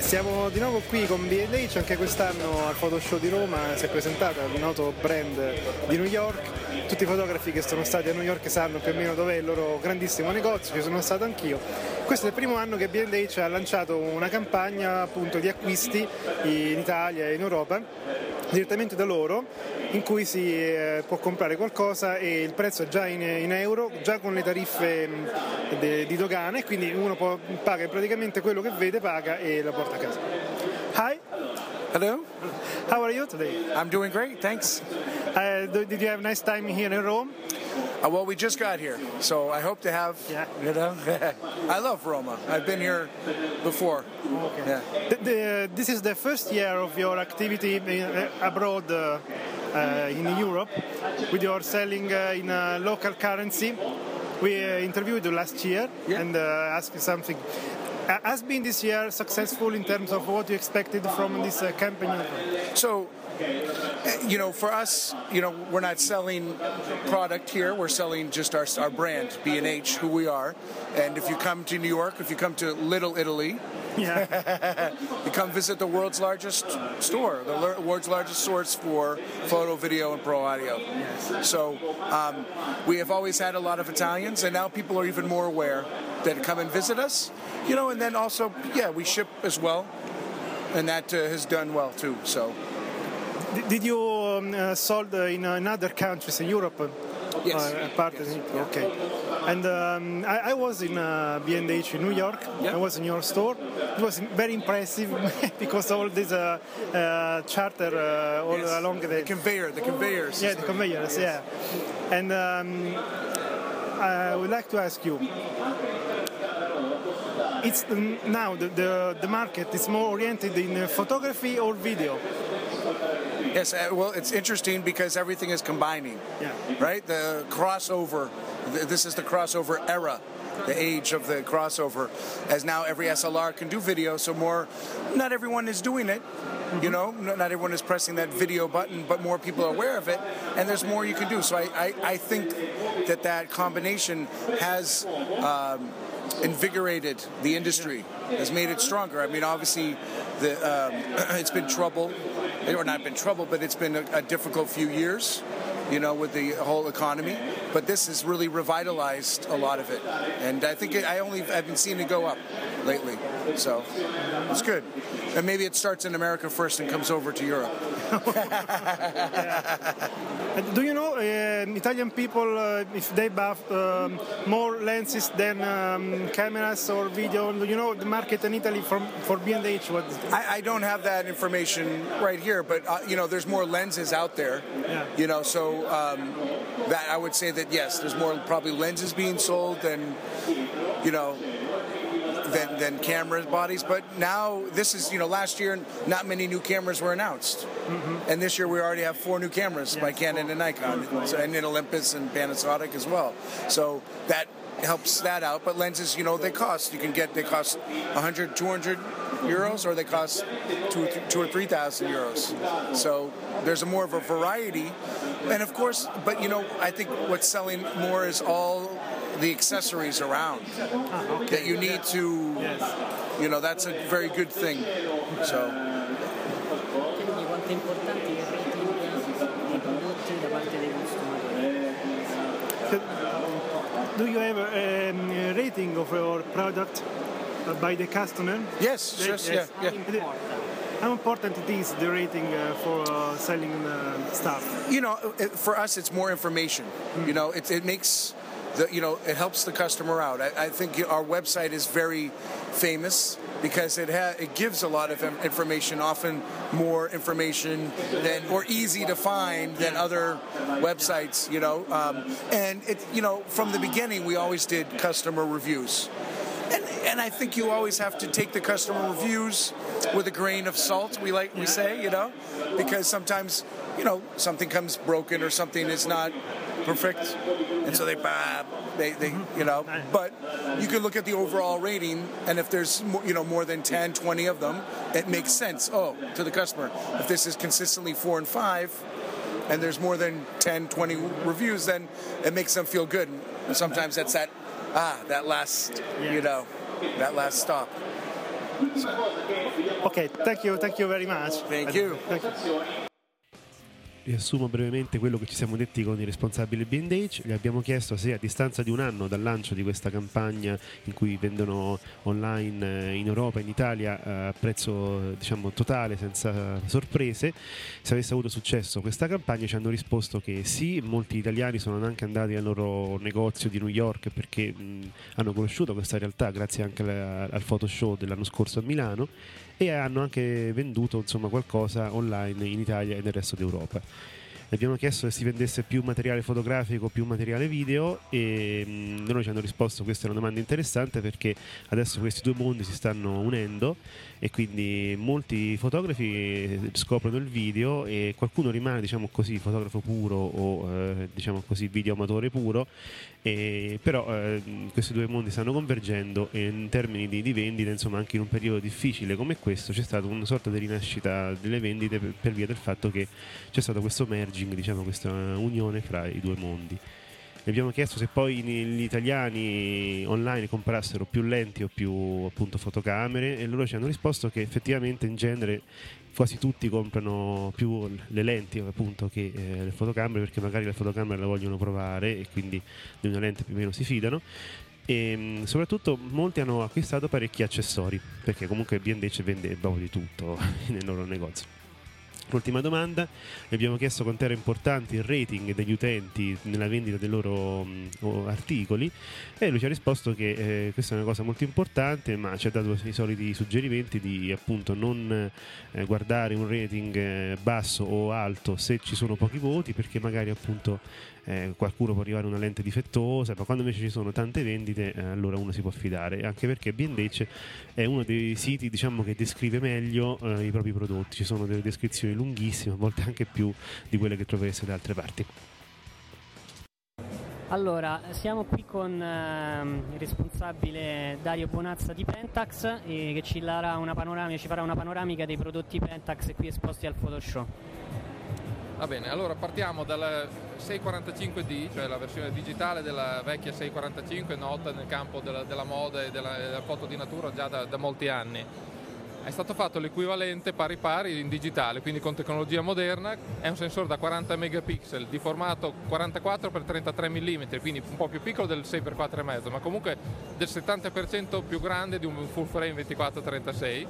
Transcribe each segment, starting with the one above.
Siamo di nuovo qui con B&H, anche quest'anno al Photoshow di Roma si è presentata il noto brand di New York. Tutti i fotografi che sono stati a New York sanno più o meno dov'è il loro grandissimo negozio, ci sono stato anch'io. Questo è il primo anno che B&H ha lanciato una campagna appunto di acquisti in Italia e in Europa direttamente da loro, in cui si può comprare qualcosa e il prezzo è già in euro, già con le tariffe di dogana, e quindi uno paga praticamente quello che vede, paga e la porta a casa. Hi. Hello. How are you today? I'm doing great, thanks. Did you have a nice time here in Rome? Well, we just got here, so I hope to have, you know, I love Roma. I've been here before. Okay. Yeah. This is the first year of your activity abroad in Europe, with your selling in local currency. We interviewed you last year and asked you something. Has been this year successful in terms of what you expected from this campaign? So, you know, for us, you know, we're not selling product here. We're selling just our brand, B&H, who we are. And if you come to New York, if you come to Little Italy, you come visit the world's largest store, the world's largest source for photo, video, and pro audio. Yes. So we have always had a lot of Italians, and now people are even more aware that come and visit us. You know, and then also, we ship as well, and that has done well too. So, did you sold in other countries in Europe? Yes. Okay. And I was in B&H in New York. I was in your store. It was very impressive because all these charter along the conveyors. Yeah, the conveyors. Yeah. And I would like to ask you. It's now the market is more oriented in photography or video. Yes, well, it's interesting because everything is combining, right? The crossover, this is the crossover era, the age of the crossover, as now every SLR can do video, so not everyone is doing it, you know, not everyone is pressing that video button, but more people are aware of it, and there's more you can do. So I think that combination has invigorated the industry, has made it stronger. I mean, obviously, it's been trouble, or not been trouble, but it's been a difficult few years, you know, with the whole economy. But this has really revitalized a lot of it, and I think I've been seeing it go up lately, so it's good. And maybe it starts in America first and comes over to Europe. Do you know Italian people if they buy more lenses than cameras or video? Do you know the market in Italy for B&H? I don't have that information right here, but you know, there's more lenses out there. You know, so that I would say that yes, there's more probably lenses being sold than, you know, than camera bodies. But now this is, you know, last year not many new cameras were announced, and this year we already have 4 new cameras by Canon and Nikon, and in Olympus and Panasonic as well. So that helps that out. But lenses, you know, they cost 100, 200 euros, or they cost 2 or 3,000 euros. So there's more of a variety, and of course, but you know, I think what's selling more is all the accessories around that you need to, you know, that's a very good thing. So. Do you have a rating of your product by the customer? Yes. Yeah. How important it is, the rating for selling stuff? You know, for us, it's more information. You know, it makes it helps the customer out. I think our website is very famous because it gives a lot of information, often more information or easy to find than other websites, you know. And it, you know, from the beginning, we always did customer reviews. And I think you always have to take the customer reviews with a grain of salt, we say, you know, because sometimes, you know, something comes broken or something is not perfect, and so they you know, but you can look at the overall rating, and if there's more than 10, 20 of them, it makes sense to the customer. If this is consistently 4 and 5 and there's more than 10, 20 reviews, then it makes them feel good. And sometimes that's that last, you know, that last stop. Ok, thank you very much. Thank you. Riassumo brevemente quello che ci siamo detti con i responsabili B&H. Gli abbiamo chiesto se a distanza di un anno dal lancio di questa campagna in cui vendono online in Europa e in Italia a prezzo diciamo totale, senza sorprese, se avesse avuto successo questa campagna. Ci hanno risposto che sì, molti italiani sono anche andati al loro negozio di New York perché hanno conosciuto questa realtà grazie anche al Photoshow dell'anno scorso a Milano, e hanno anche venduto insomma qualcosa online in Italia e nel resto d'Europa. Abbiamo chiesto se si vendesse più materiale fotografico, più materiale video, e loro ci hanno risposto: questa è una domanda interessante perché adesso questi due mondi si stanno unendo e quindi molti fotografi scoprono il video e qualcuno rimane diciamo così fotografo puro o diciamo così video amatore puro, però questi due mondi stanno convergendo e in termini di vendite insomma anche in un periodo difficile come questo c'è stata una sorta di rinascita delle vendite per via del fatto che c'è stato questo merging, diciamo questa unione fra i due mondi. Abbiamo chiesto se poi gli italiani online comprassero più lenti o più appunto fotocamere e loro ci hanno risposto che effettivamente in genere quasi tutti comprano più le lenti appunto che le fotocamere, perché magari la fotocamera la vogliono provare e quindi di una lente più o meno si fidano, e soprattutto molti hanno acquistato parecchi accessori perché comunque B&H vende di tutto nel loro negozio. L'ultima domanda, gli abbiamo chiesto quanto era importante il rating degli utenti nella vendita dei loro articoli e lui ci ha risposto che questa è una cosa molto importante, ma ci ha dato i soliti suggerimenti di appunto non guardare un rating basso o alto se ci sono pochi voti, perché magari appunto qualcuno può arrivare una lente difettosa, ma quando invece ci sono tante vendite allora uno si può fidare, anche perché B&H è uno dei siti diciamo che descrive meglio i propri prodotti, ci sono delle descrizioni lunghissime, a volte anche più di quelle che trovereste da altre parti. Allora, siamo qui con il responsabile Dario Bonazza di Pentax che ci farà una panoramica dei prodotti Pentax qui esposti al Photoshow. Va bene, allora partiamo dalla 645D, cioè la versione digitale della vecchia 645, nota nel campo della moda e della foto di natura già da molti anni. È stato fatto l'equivalente pari pari in digitale, quindi con tecnologia moderna. È un sensore da 40 megapixel di formato 44x33 mm, quindi un po' più piccolo del 6x4,5, ma comunque del 70% più grande di un full frame 24-36.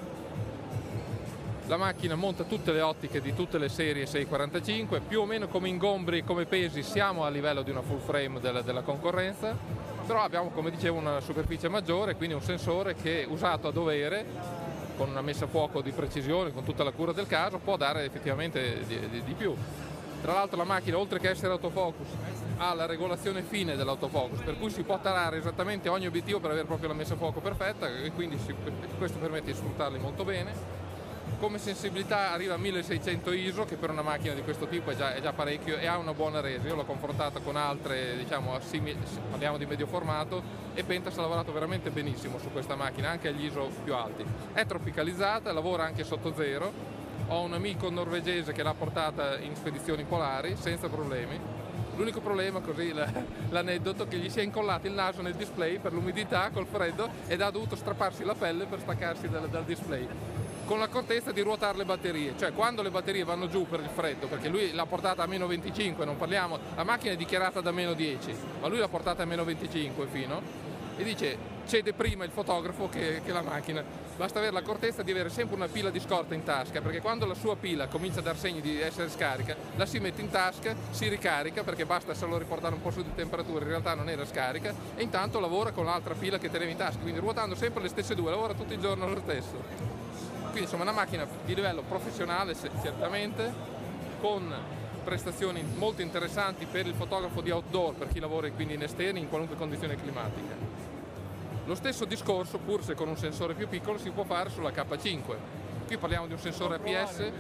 La macchina monta tutte le ottiche di tutte le serie 645, più o meno come ingombri e come pesi siamo a livello di una full frame della concorrenza, però abbiamo, come dicevo, una superficie maggiore, quindi un sensore che usato a dovere, con una messa a fuoco di precisione, con tutta la cura del caso, può dare effettivamente di più. Tra l'altro la macchina, oltre che essere autofocus, ha la regolazione fine dell'autofocus, per cui si può tarare esattamente ogni obiettivo per avere proprio la messa a fuoco perfetta, e quindi questo permette di sfruttarli molto bene. Come sensibilità arriva a 1600 ISO, che per una macchina di questo tipo è già parecchio, e ha una buona resa. Io l'ho confrontata con altre, diciamo, parliamo di medio formato, e Pentax ha lavorato veramente benissimo su questa macchina, anche agli ISO più alti. È tropicalizzata, lavora anche sotto zero. Ho un amico norvegese che l'ha portata in spedizioni polari senza problemi. L'unico problema, così l'aneddoto, che gli si è incollato il naso nel display per l'umidità col freddo ed ha dovuto strapparsi la pelle per staccarsi dal display, con l'accortezza di ruotare le batterie, cioè quando le batterie vanno giù per il freddo, perché lui l'ha portata a meno 25, non parliamo, la macchina è dichiarata da meno 10, ma lui l'ha portata a meno 25 fino, e dice cede prima il fotografo che la macchina. Basta avere l'accortezza di avere sempre una pila di scorta in tasca, perché quando la sua pila comincia a dar segni di essere scarica, la si mette in tasca, si ricarica, perché basta solo riportare un po' su di temperatura, in realtà non era scarica, e intanto lavora con l'altra pila che teneva in tasca, quindi ruotando sempre le stesse due, lavora tutto il giorno lo stesso. Quindi insomma una macchina di livello professionale certamente, con prestazioni molto interessanti per il fotografo di outdoor, per chi lavora quindi in esterni in qualunque condizione climatica. Lo stesso discorso, pur se con un sensore più piccolo, si può fare sulla K5. Qui parliamo di un sensore APS,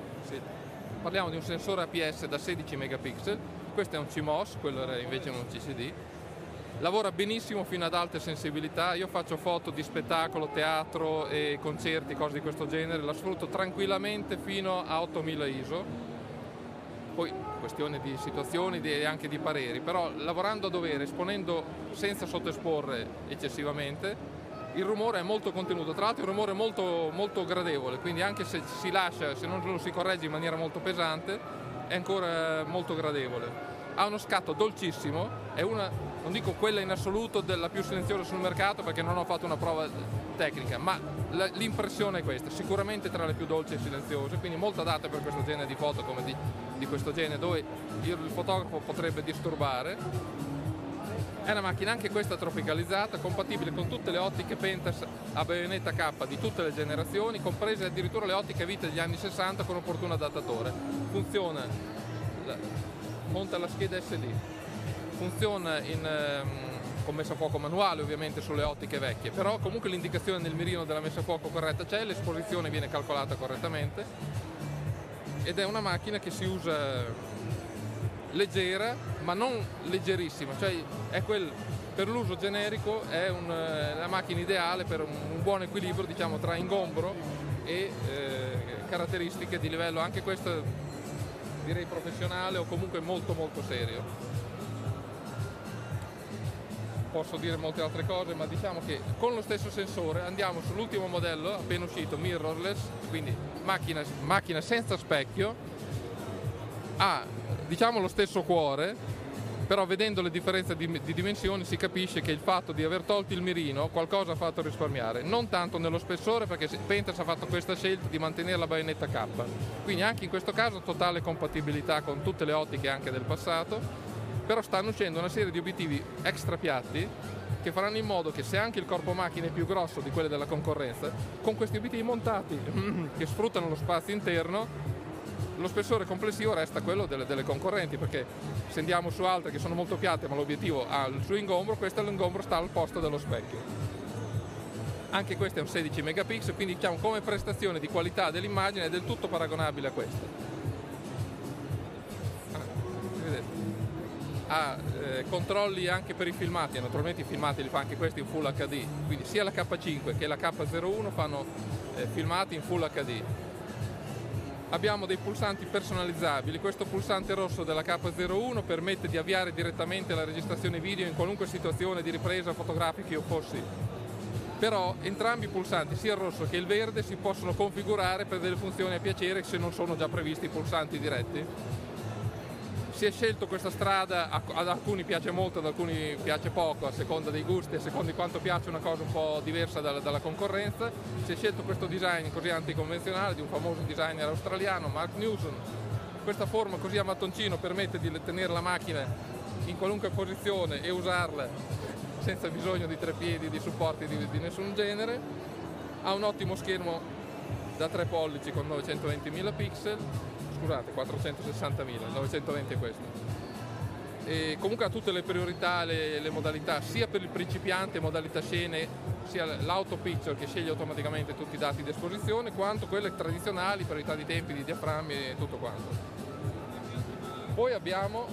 parliamo di un sensore APS da 16 megapixel, questo è un CMOS, quello era invece un CCD. Lavora benissimo fino ad alte sensibilità. Io faccio foto di spettacolo, teatro e concerti, cose di questo genere, la sfrutto tranquillamente fino a 8000 ISO. Poi questione di situazioni e anche di pareri, però lavorando a dovere, esponendo senza sottoesporre eccessivamente, il rumore è molto contenuto, tra l'altro è un rumore molto, molto gradevole, quindi anche se si lascia, se non lo si corregge in maniera molto pesante, è ancora molto gradevole. Ha uno scatto dolcissimo, è una, non dico quella in assoluto della più silenziosa sul mercato perché non ho fatto una prova tecnica, ma l'impressione è questa, sicuramente tra le più dolci e silenziose, quindi molto adatta per questo genere di foto come di questo genere dove il fotografo potrebbe disturbare. È una macchina anche questa tropicalizzata, compatibile con tutte le ottiche Pentax a baionetta K di tutte le generazioni, comprese addirittura le ottiche Vita degli anni 60 con opportuno adattatore. Funziona, monta la scheda SD, funziona con messa a fuoco manuale ovviamente sulle ottiche vecchie, però comunque l'indicazione nel mirino della messa a fuoco corretta c'è, l'esposizione viene calcolata correttamente ed è una macchina che si usa leggera ma non leggerissima, cioè è per l'uso generico è una macchina ideale per un buon equilibrio, diciamo, tra ingombro e caratteristiche di livello anche questo direi professionale o comunque molto molto serio. Posso dire molte altre cose, ma diciamo che con lo stesso sensore andiamo sull'ultimo modello appena uscito, mirrorless, quindi macchina senza specchio, ha diciamo lo stesso cuore, però vedendo le differenze di dimensioni si capisce che il fatto di aver tolto il mirino qualcosa ha fatto risparmiare, non tanto nello spessore perché Pentax ha fatto questa scelta di mantenere la baionetta K, quindi anche in questo caso totale compatibilità con tutte le ottiche anche del passato, però stanno uscendo una serie di obiettivi extra piatti che faranno in modo che se anche il corpo macchina è più grosso di quelli della concorrenza, con questi obiettivi montati che sfruttano lo spazio interno, lo spessore complessivo resta quello delle concorrenti, perché se andiamo su altre che sono molto piatte ma l'obiettivo ha il suo ingombro, questo l'ingombro sta al posto dello specchio. Anche questo è un 16 megapixel, quindi diciamo come prestazione di qualità dell'immagine è del tutto paragonabile a questa. Ha controlli anche per i filmati, naturalmente i filmati li fa anche questi in Full HD, quindi sia la K5 che la K01 fanno filmati in Full HD. Abbiamo dei pulsanti personalizzabili, questo pulsante rosso della K01 permette di avviare direttamente la registrazione video in qualunque situazione di ripresa fotografica io fossi, però entrambi i pulsanti, sia il rosso che il verde, si possono configurare per delle funzioni a piacere se non sono già previsti i pulsanti diretti. Si è scelto questa strada, ad alcuni piace molto, ad alcuni piace poco, a seconda dei gusti, a seconda di quanto piace una cosa un po' diversa dalla concorrenza. Si è scelto questo design così anticonvenzionale di un famoso designer australiano, Mark Newson. Questa forma così a mattoncino permette di tenere la macchina in qualunque posizione e usarla senza bisogno di treppiedi, di supporti di nessun genere. Ha un ottimo schermo da 3 pollici con 920.000 pixel. Scusate, 460.000, 920 è questo. E comunque ha tutte le priorità, le modalità, sia per il principiante, modalità scene, sia l'auto picture che sceglie automaticamente tutti i dati di esposizione, quanto quelle tradizionali, priorità di tempi, di diaframmi e tutto quanto. Poi abbiamo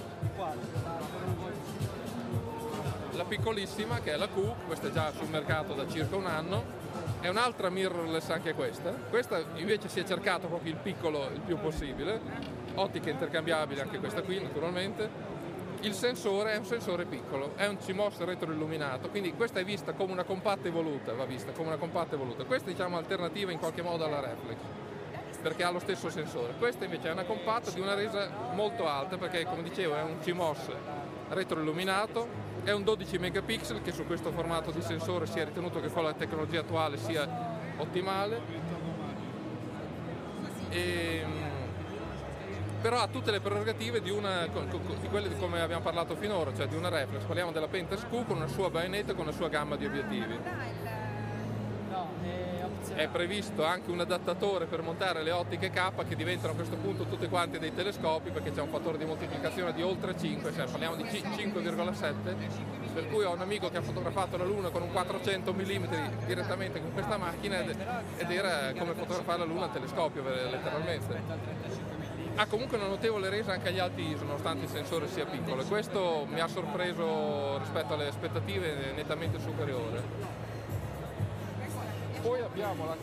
la piccolissima che è la Q, questa è già sul mercato da circa un anno. È un'altra mirrorless anche questa invece si è cercato proprio il piccolo il più possibile, ottiche intercambiabili anche questa qui naturalmente. Il sensore è un sensore piccolo, è un CMOS retroilluminato, quindi questa è vista come una compatta evoluta, questa diciamo alternativa in qualche modo alla reflex, perché ha lo stesso sensore. Questa invece è una compatta di una resa molto alta perché come dicevo è un CMOS retroilluminato. È un 12 megapixel che su questo formato di sensore si è ritenuto che con la tecnologia attuale sia ottimale, però ha tutte le prerogative di quelle di come abbiamo parlato finora, cioè di una reflex. Parliamo della Pentax Q con una sua baionetta e con una sua gamma di obiettivi. È previsto anche un adattatore per montare le ottiche K che diventano a questo punto tutte quante dei telescopi, perché c'è un fattore di moltiplicazione di oltre 5, cioè parliamo di 5,7, per cui ho un amico che ha fotografato la Luna con un 400 mm direttamente con questa macchina ed era come fotografare la Luna a telescopio letteralmente. Ha comunque una notevole resa anche agli alti ISO nonostante il sensore sia piccolo, e questo mi ha sorpreso rispetto alle aspettative, nettamente superiore. Poi abbiamo la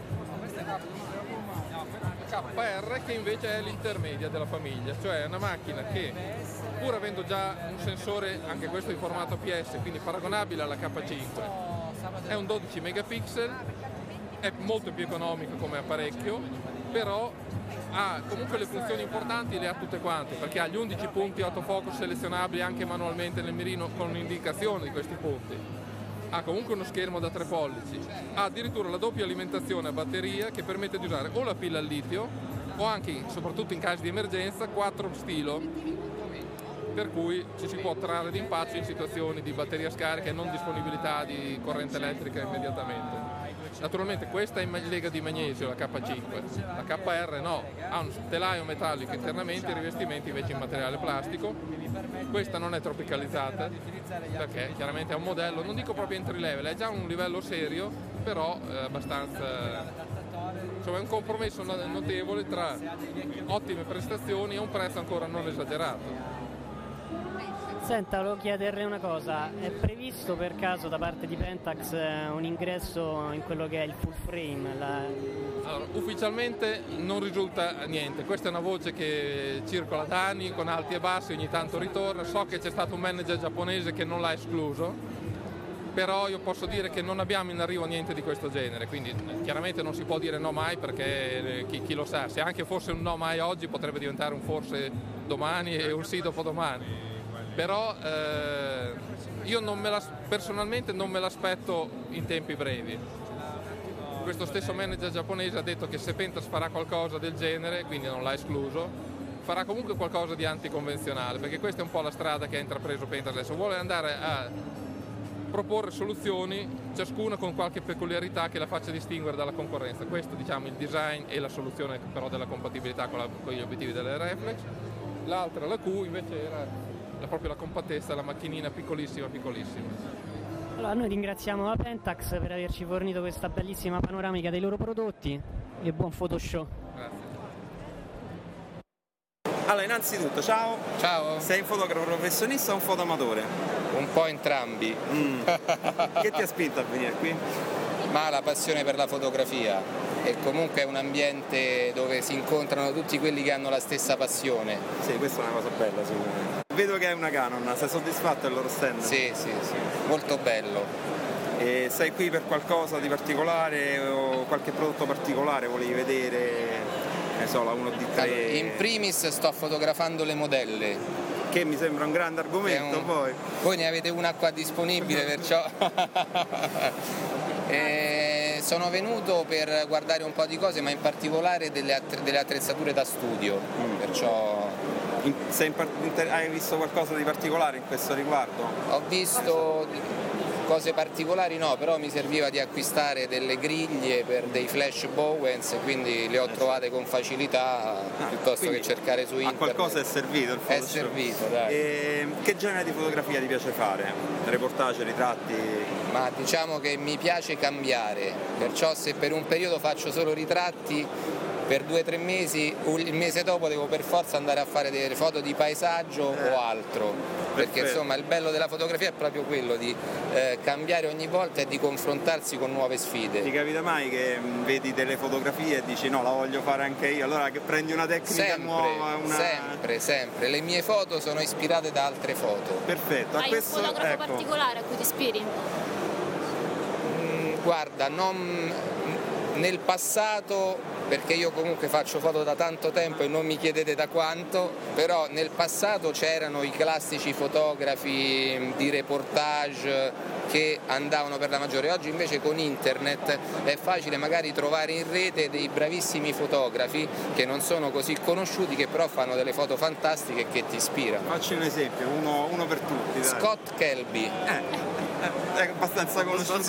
KR che invece è l'intermedia della famiglia, cioè è una macchina che pur avendo già un sensore, anche questo in formato PS, quindi paragonabile alla K5, è un 12 megapixel, è molto più economico come apparecchio, però ha comunque le funzioni importanti, le ha tutte quante, perché ha gli 11 punti autofocus selezionabili anche manualmente nel mirino con un'indicazione di questi punti. Ha comunque uno schermo da 3 pollici, ha addirittura la doppia alimentazione a batteria che permette di usare o la pila al litio o anche, soprattutto in casi di emergenza, 4 stilo, per cui ci si può trarre d'impaccio in situazioni di batteria scarica e non disponibilità di corrente elettrica immediatamente. Naturalmente questa è in lega di magnesio, la K5, la KR no, ha un telaio metallico internamente, i rivestimenti invece in materiale plastico. Questa non è tropicalizzata perché chiaramente è un modello, non dico proprio entry level, è già un livello serio, però abbastanza, insomma è un compromesso notevole tra ottime prestazioni e un prezzo ancora non esagerato. Senta, volevo chiederle una cosa, è previsto per caso da parte di Pentax un ingresso in quello che è il full frame? Allora, ufficialmente non risulta niente, questa è una voce che circola da anni con alti e bassi, ogni tanto ritorna, so che c'è stato un manager giapponese che non l'ha escluso, però io posso dire che non abbiamo in arrivo niente di questo genere, quindi chiaramente non si può dire no mai perché chi lo sa, se anche fosse un no mai oggi potrebbe diventare un forse domani e un sì dopodomani. Però io personalmente non me l'aspetto in tempi brevi. Questo stesso manager giapponese ha detto che se Pentax farà qualcosa del genere, quindi non l'ha escluso, farà comunque qualcosa di anticonvenzionale, perché questa è un po' la strada che ha intrapreso Pentax adesso. Vuole andare a proporre soluzioni, ciascuna con qualche peculiarità che la faccia distinguere dalla concorrenza. Questo diciamo il design e la soluzione però della compatibilità con gli obiettivi delle reflex. L'altra, la Q, invece era proprio la compattezza, la macchinina piccolissima. Allora noi ringraziamo la Pentax per averci fornito questa bellissima panoramica dei loro prodotti e buon Photoshop. Grazie. Allora, innanzitutto, ciao. Ciao. Sei un fotografo professionista o un fotoamatore? Un po' entrambi. Che ti ha spinto a venire qui? Ma la passione per la fotografia e comunque è un ambiente dove si incontrano tutti quelli che hanno la stessa passione. Sì, questa è una cosa bella sicuramente. Vedo che hai una Canon, sei soddisfatto del loro stand? Sì, molto bello. E sei qui per qualcosa di particolare o qualche prodotto particolare volevi vedere? Ne so, la 1D3? Allora, in primis sto fotografando le modelle. Che mi sembra un grande argomento poi. Voi ne avete una qua disponibile, perciò... sono venuto per guardare un po' di cose, ma in particolare delle attrezzature da studio, perciò... Hai visto qualcosa di particolare in questo riguardo? Ho visto cose particolari no, però mi serviva di acquistare delle griglie per dei flash Bowens, quindi le ho trovate con facilità piuttosto che cercare su internet. A qualcosa è servito il Photoshop? È servito, dai. E che genere di fotografia ti piace fare? Reportage, ritratti? Ma diciamo che mi piace cambiare, perciò se per un periodo faccio solo ritratti, per 2 o 3 mesi, il mese dopo devo per forza andare a fare delle foto di paesaggio o altro, perché insomma il bello della fotografia è proprio quello di cambiare ogni volta e di confrontarsi con nuove sfide. Ti capita mai che vedi delle fotografie e dici no, la voglio fare anche io, allora che prendi una tecnica nuova? Sempre, le mie foto sono ispirate da altre foto. Perfetto. Hai un fotografo particolare a cui ti ispiri? Guarda, nel passato, perché io comunque faccio foto da tanto tempo e non mi chiedete da quanto, però nel passato c'erano i classici fotografi di reportage che andavano per la maggiore. Oggi invece con internet è facile magari trovare in rete dei bravissimi fotografi che non sono così conosciuti, che però fanno delle foto fantastiche e che ti ispirano. Facci un esempio, uno per tutti. Dai. Scott Kelby. È abbastanza conosciuto.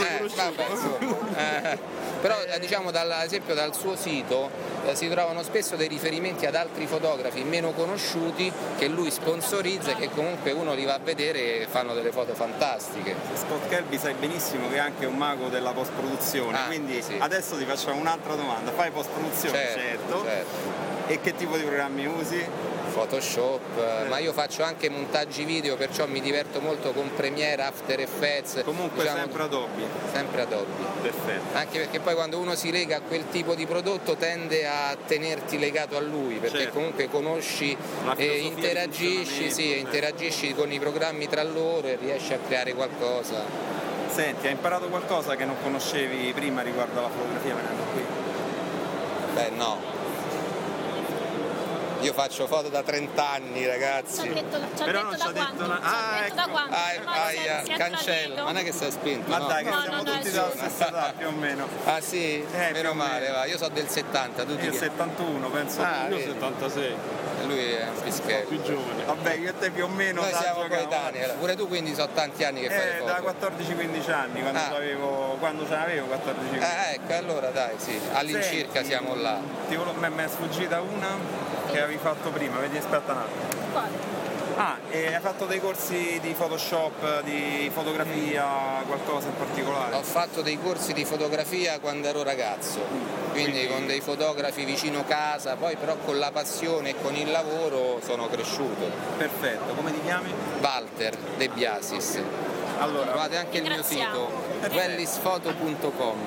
Però diciamo ad esempio dal suo sito si trovano spesso dei riferimenti ad altri fotografi meno conosciuti che lui sponsorizza e che comunque uno li va a vedere e fanno delle foto fantastiche. Scott Kelby sai benissimo che è anche un mago della post-produzione, quindi sì. Adesso ti facciamo un'altra domanda, fai post-produzione? Certo. E che tipo di programmi usi? Photoshop, ma io faccio anche montaggi video, perciò mi diverto molto con Premiere, After Effects. Comunque diciamo, sempre Adobe. Sempre Adobe. Perfetto. Anche perché poi quando uno si lega a quel tipo di prodotto tende a tenerti legato a lui, perché comunque conosci e interagisci, interagisci con i programmi tra loro e riesci a creare qualcosa. Senti, hai imparato qualcosa che non conoscevi prima riguardo alla fotografia venendo qui? Beh, no. Io faccio foto da 30 anni, ragazzi. Però non ci ha detto da quando? Cancello. Ma non è che sei spinto. Ma no? dai, che siamo tutti della stessa età più o meno. Ah sì? Meno male, va. Io so del 70, tu Io 71, penso. Io 76. Lui è un pischetto. Più giovane. Vabbè, io e te più o meno. Noi siamo coetanei. Pure tu quindi so tanti anni che fai foto. Da 14-15 anni, quando ce n'avevo 14-15 anni. Ecco, allora dai, sì. All'incirca siamo là. Mi è sfuggita una che avevi fatto prima, vedi, aspetta un attimo. Quale? E hai fatto dei corsi di Photoshop, di fotografia, qualcosa in particolare? Ho fatto dei corsi di fotografia quando ero ragazzo, quindi con dei fotografi vicino casa, poi però con la passione e con il lavoro sono cresciuto. Perfetto, come ti chiami? Walter De Biasis. Allora, trovate anche il mio sito, wellisfoto.com.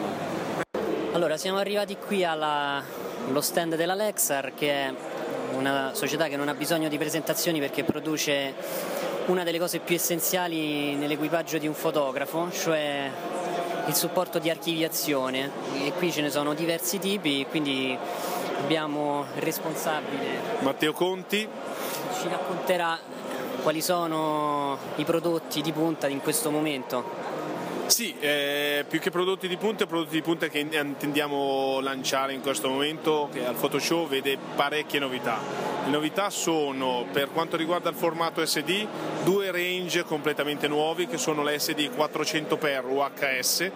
Allora, siamo arrivati qui allo stand della Lexar, che è una società che non ha bisogno di presentazioni perché produce una delle cose più essenziali nell'equipaggio di un fotografo, cioè il supporto di archiviazione, e qui ce ne sono diversi tipi, quindi abbiamo il responsabile Matteo Conti, ci racconterà quali sono i prodotti di punta in questo momento. Sì, più che prodotti di punta che intendiamo lanciare in questo momento, che al Photoshow vede parecchie novità. Le novità sono, per quanto riguarda il formato SD, 2 range completamente nuovi, che sono le SD 400x UHS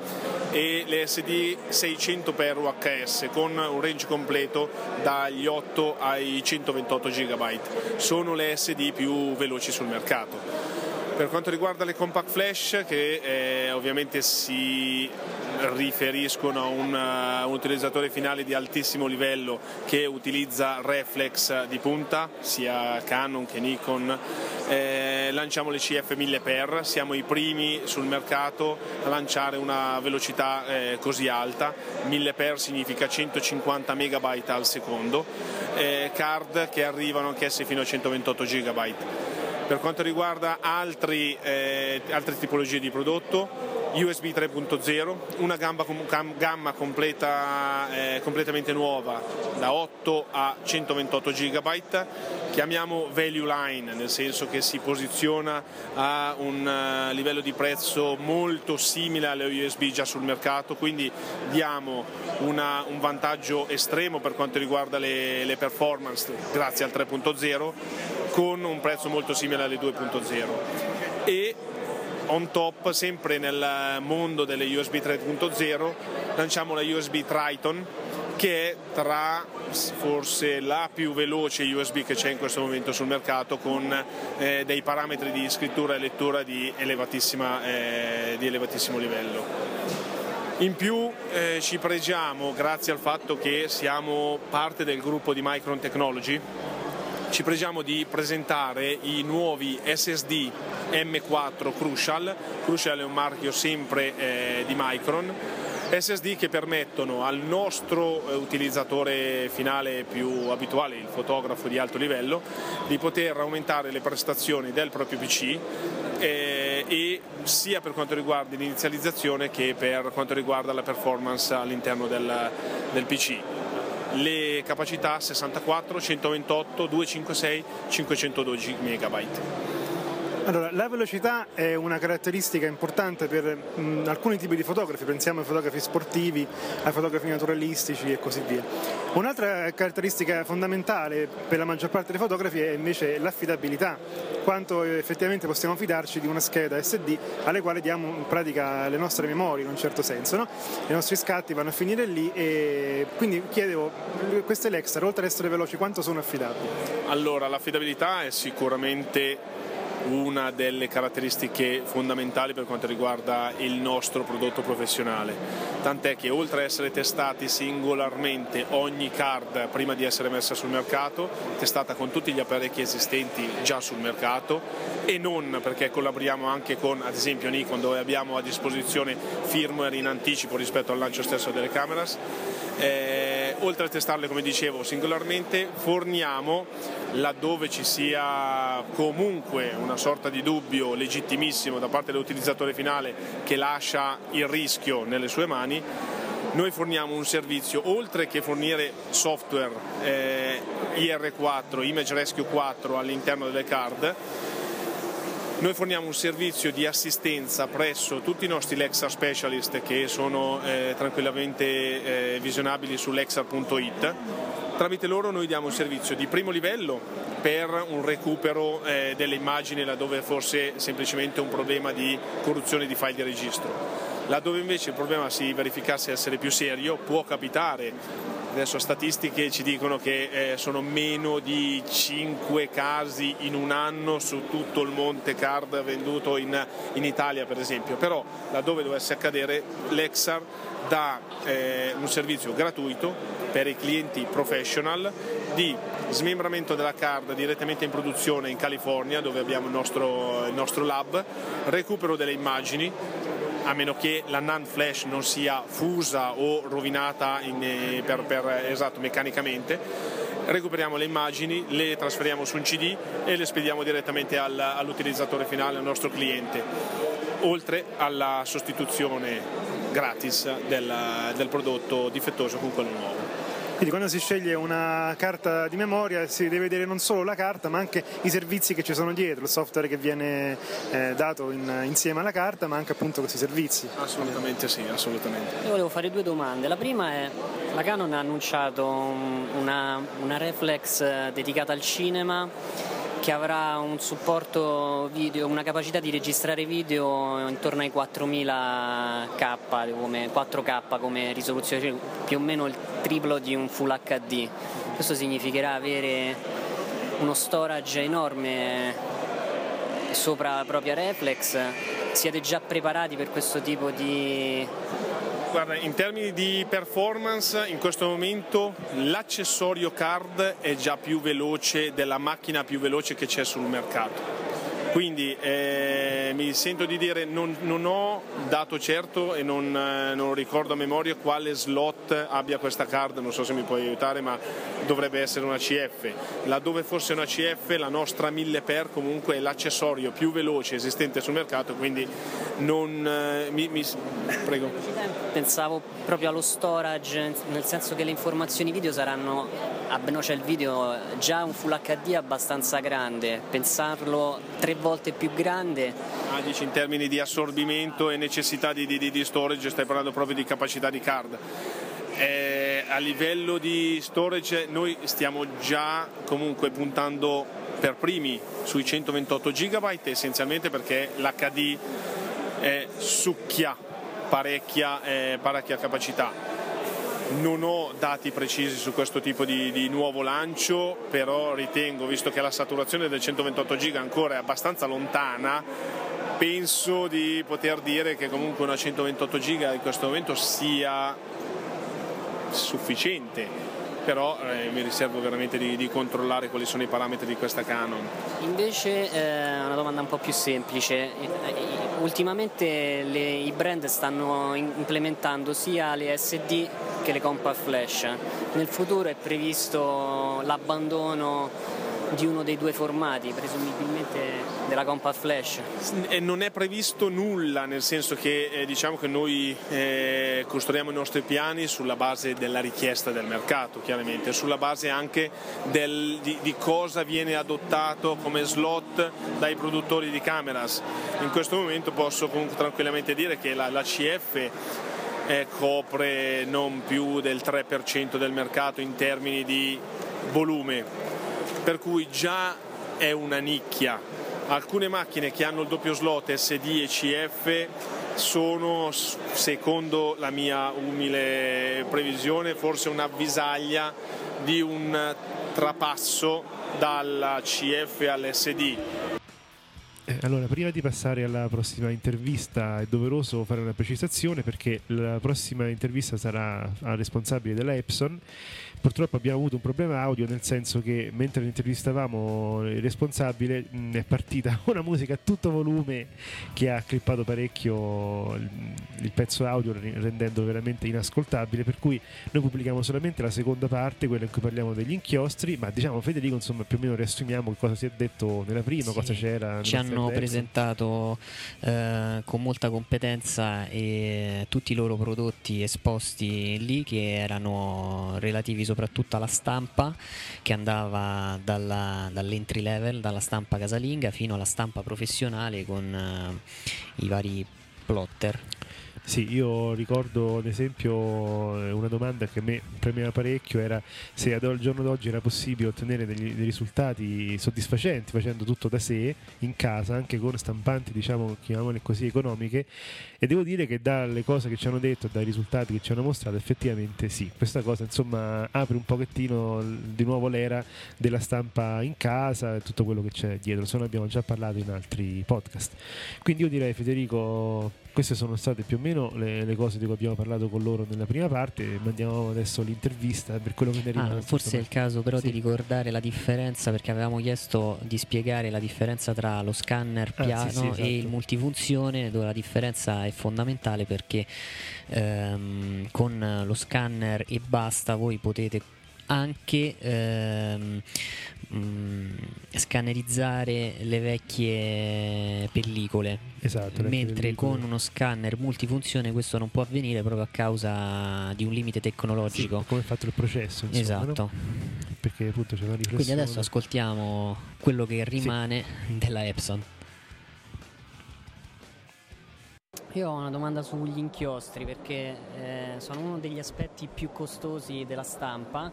e le SD 600x UHS, con un range completo dagli 8 ai 128 GB. Sono le SD più veloci sul mercato. Per quanto riguarda le compact flash, che ovviamente si riferiscono a un utilizzatore finale di altissimo livello che utilizza reflex di punta, sia Canon che Nikon, lanciamo le CF 1000x, siamo i primi sul mercato a lanciare una velocità così alta. 1000x significa 150 MB al secondo, card che arrivano anch'esse fino a 128 GB. Per quanto riguarda altre tipologie di prodotto, USB 3.0, una gamma completamente nuova da 8 a 128 GB, chiamiamo value line, nel senso che si posiziona a un livello di prezzo molto simile alle USB già sul mercato, quindi diamo un vantaggio estremo per quanto riguarda le performance grazie al 3.0, con un prezzo molto simile alle 2.0. E on top, sempre nel mondo delle USB 3.0, lanciamo la USB Triton, che è tra forse la più veloce USB che c'è in questo momento sul mercato, con dei parametri di scrittura e lettura di elevatissimo livello. In più ci pregiamo, grazie al fatto che siamo parte del gruppo di Micron Technology, ci pregiamo di presentare i nuovi SSD M4 Crucial. Crucial è un marchio sempre di Micron, SSD che permettono al nostro utilizzatore finale più abituale, il fotografo di alto livello, di poter aumentare le prestazioni del proprio PC, e sia per quanto riguarda l'inizializzazione che per quanto riguarda la performance all'interno del PC. Le capacità 64, 128, 256, 512 MB. Allora, la velocità è una caratteristica importante per alcuni tipi di fotografi, pensiamo ai fotografi sportivi, ai fotografi naturalistici e così via. Un'altra caratteristica fondamentale per la maggior parte dei fotografi è invece l'affidabilità, quanto effettivamente possiamo fidarci di una scheda SD alle quali diamo in pratica le nostre memorie in un certo senso, no? I nostri scatti vanno a finire lì, e quindi chiedevo, queste Lexar, oltre ad essere veloci, quanto sono affidabili? Allora, l'affidabilità è sicuramente una delle caratteristiche fondamentali per quanto riguarda il nostro prodotto professionale, tant'è che oltre a essere testati singolarmente ogni card prima di essere messa sul mercato, testata con tutti gli apparecchi esistenti già sul mercato, e non, perché collaboriamo anche con ad esempio Nikon, dove abbiamo a disposizione firmware in anticipo rispetto al lancio stesso delle cameras, oltre a testarle, come dicevo, singolarmente, forniamo, laddove ci sia comunque una sorta di dubbio legittimissimo da parte dell'utilizzatore finale che lascia il rischio nelle sue mani, noi forniamo un servizio, oltre che fornire software IR4, Image Rescue 4 all'interno delle card. Noi forniamo un servizio di assistenza presso tutti i nostri Lexar Specialist, che sono tranquillamente visionabili su lexar.it. Tramite loro noi diamo un servizio di primo livello per un recupero delle immagini laddove forse semplicemente un problema di corruzione di file di registro. Laddove invece il problema si verificasse essere più serio, può capitare, adesso statistiche ci dicono che sono meno di 5 casi in un anno su tutto il monte card venduto in Italia per esempio, però laddove dovesse accadere Lexar dà un servizio gratuito per i clienti professional di smembramento della card direttamente in produzione in California, dove abbiamo il nostro lab, recupero delle immagini, a meno che la NAND flash non sia fusa o rovinata meccanicamente. Recuperiamo le immagini, le trasferiamo su un CD e le spediamo direttamente all'utilizzatore finale, al nostro cliente, oltre alla sostituzione gratis del prodotto difettoso con quello nuovo. Quindi quando si sceglie una carta di memoria si deve vedere non solo la carta ma anche i servizi che ci sono dietro, il software che viene dato insieme alla carta, ma anche appunto questi servizi. Assolutamente sì, assolutamente. Io volevo fare 2 domande. La prima è: la Canon ha annunciato una reflex dedicata al cinema che avrà un supporto video, una capacità di registrare video intorno ai 4000K, 4K come risoluzione, cioè più o meno il triplo di un Full HD. Questo significherà avere uno storage enorme sopra la propria reflex. Siete già preparati per questo tipo di... Guarda, in termini di performance, in questo momento l'accessorio card è già più veloce della macchina più veloce che c'è sul mercato. Quindi mi sento di dire, non ho dato certo e non ricordo a memoria quale slot abbia questa card, non so se mi puoi aiutare, ma dovrebbe essere una CF. Laddove fosse una CF, la nostra 1000x comunque è l'accessorio più veloce esistente sul mercato, quindi prego. Pensavo proprio allo storage, nel senso che le informazioni video saranno, cioè il video già un Full HD abbastanza grande, pensarlo 3 volte più grande. Dici in termini di assorbimento e necessità di storage, stai parlando proprio di capacità di card. A livello di storage noi stiamo già comunque puntando per primi sui 128 GB, essenzialmente perché l'HD succhia parecchia capacità. Non ho dati precisi su questo tipo di nuovo lancio, però ritengo, visto che la saturazione del 128 GB ancora è abbastanza lontana, penso di poter dire che comunque una 128 GB in questo momento sia sufficiente, però mi riservo veramente di controllare quali sono i parametri di questa Canon. Invece una domanda un po' più semplice: ultimamente i brand stanno implementando sia le SD che le compact flash. Nel futuro è previsto l'abbandono di uno dei 2 formati, presumibilmente della compact flash? Non è previsto nulla, nel senso che diciamo che noi costruiamo i nostri piani sulla base della richiesta del mercato, chiaramente, sulla base anche di cosa viene adottato come slot dai produttori di cameras. In questo momento posso comunque tranquillamente dire che la CF copre non più del 3% del mercato in termini di volume, per cui già è una nicchia. Alcune macchine che hanno il doppio slot SD e CF sono, secondo la mia umile previsione, forse un'avvisaglia di un trapasso dalla CF all'SD. Allora, prima di passare alla prossima intervista è doveroso fare una precisazione, perché la prossima intervista sarà al responsabile della Epson. Purtroppo abbiamo avuto un problema audio, nel senso che mentre intervistavamo il responsabile è partita una musica a tutto volume che ha clippato parecchio il pezzo audio, rendendolo veramente inascoltabile, per cui noi pubblichiamo solamente la seconda parte, quella in cui parliamo degli inchiostri. Ma diciamo, Federico, insomma, più o meno riassumiamo che cosa si è detto nella prima, sì, cosa c'era. Ci hanno presentato con molta competenza tutti i loro prodotti esposti lì, che erano relativi soprattutto alla stampa, che andava dall'entry level, dalla stampa casalinga fino alla stampa professionale con i vari plotter. Sì, io ricordo ad esempio una domanda che a me premeva parecchio, era se al giorno d'oggi era possibile ottenere dei risultati soddisfacenti facendo tutto da sé in casa, anche con stampanti, diciamo, chiamiamole così, economiche, e devo dire che dalle cose che ci hanno detto, dai risultati che ci hanno mostrato, effettivamente sì, questa cosa insomma apre un pochettino di nuovo l'era della stampa in casa e tutto quello che c'è dietro, se ne abbiamo già parlato in altri podcast. Quindi io direi, Federico, queste sono state più o meno le cose di cui abbiamo parlato con loro nella prima parte. Mandiamo adesso l'intervista per quello che ne rimane. Forse è il caso però di ricordare la differenza, perché avevamo chiesto di spiegare la differenza tra lo scanner piano esatto, e il multifunzione, dove la differenza è fondamentale, perché con lo scanner e basta voi potete anche scannerizzare le vecchie pellicole, esatto, mentre con uno scanner multifunzione questo non può avvenire proprio a causa di un limite tecnologico. Sì, come è fatto il processo, insomma, esatto, no? Perché appunto c'è una riflessione. Quindi adesso ascoltiamo quello che rimane della Epson. Io ho una domanda sugli inchiostri, perché sono uno degli aspetti più costosi della stampa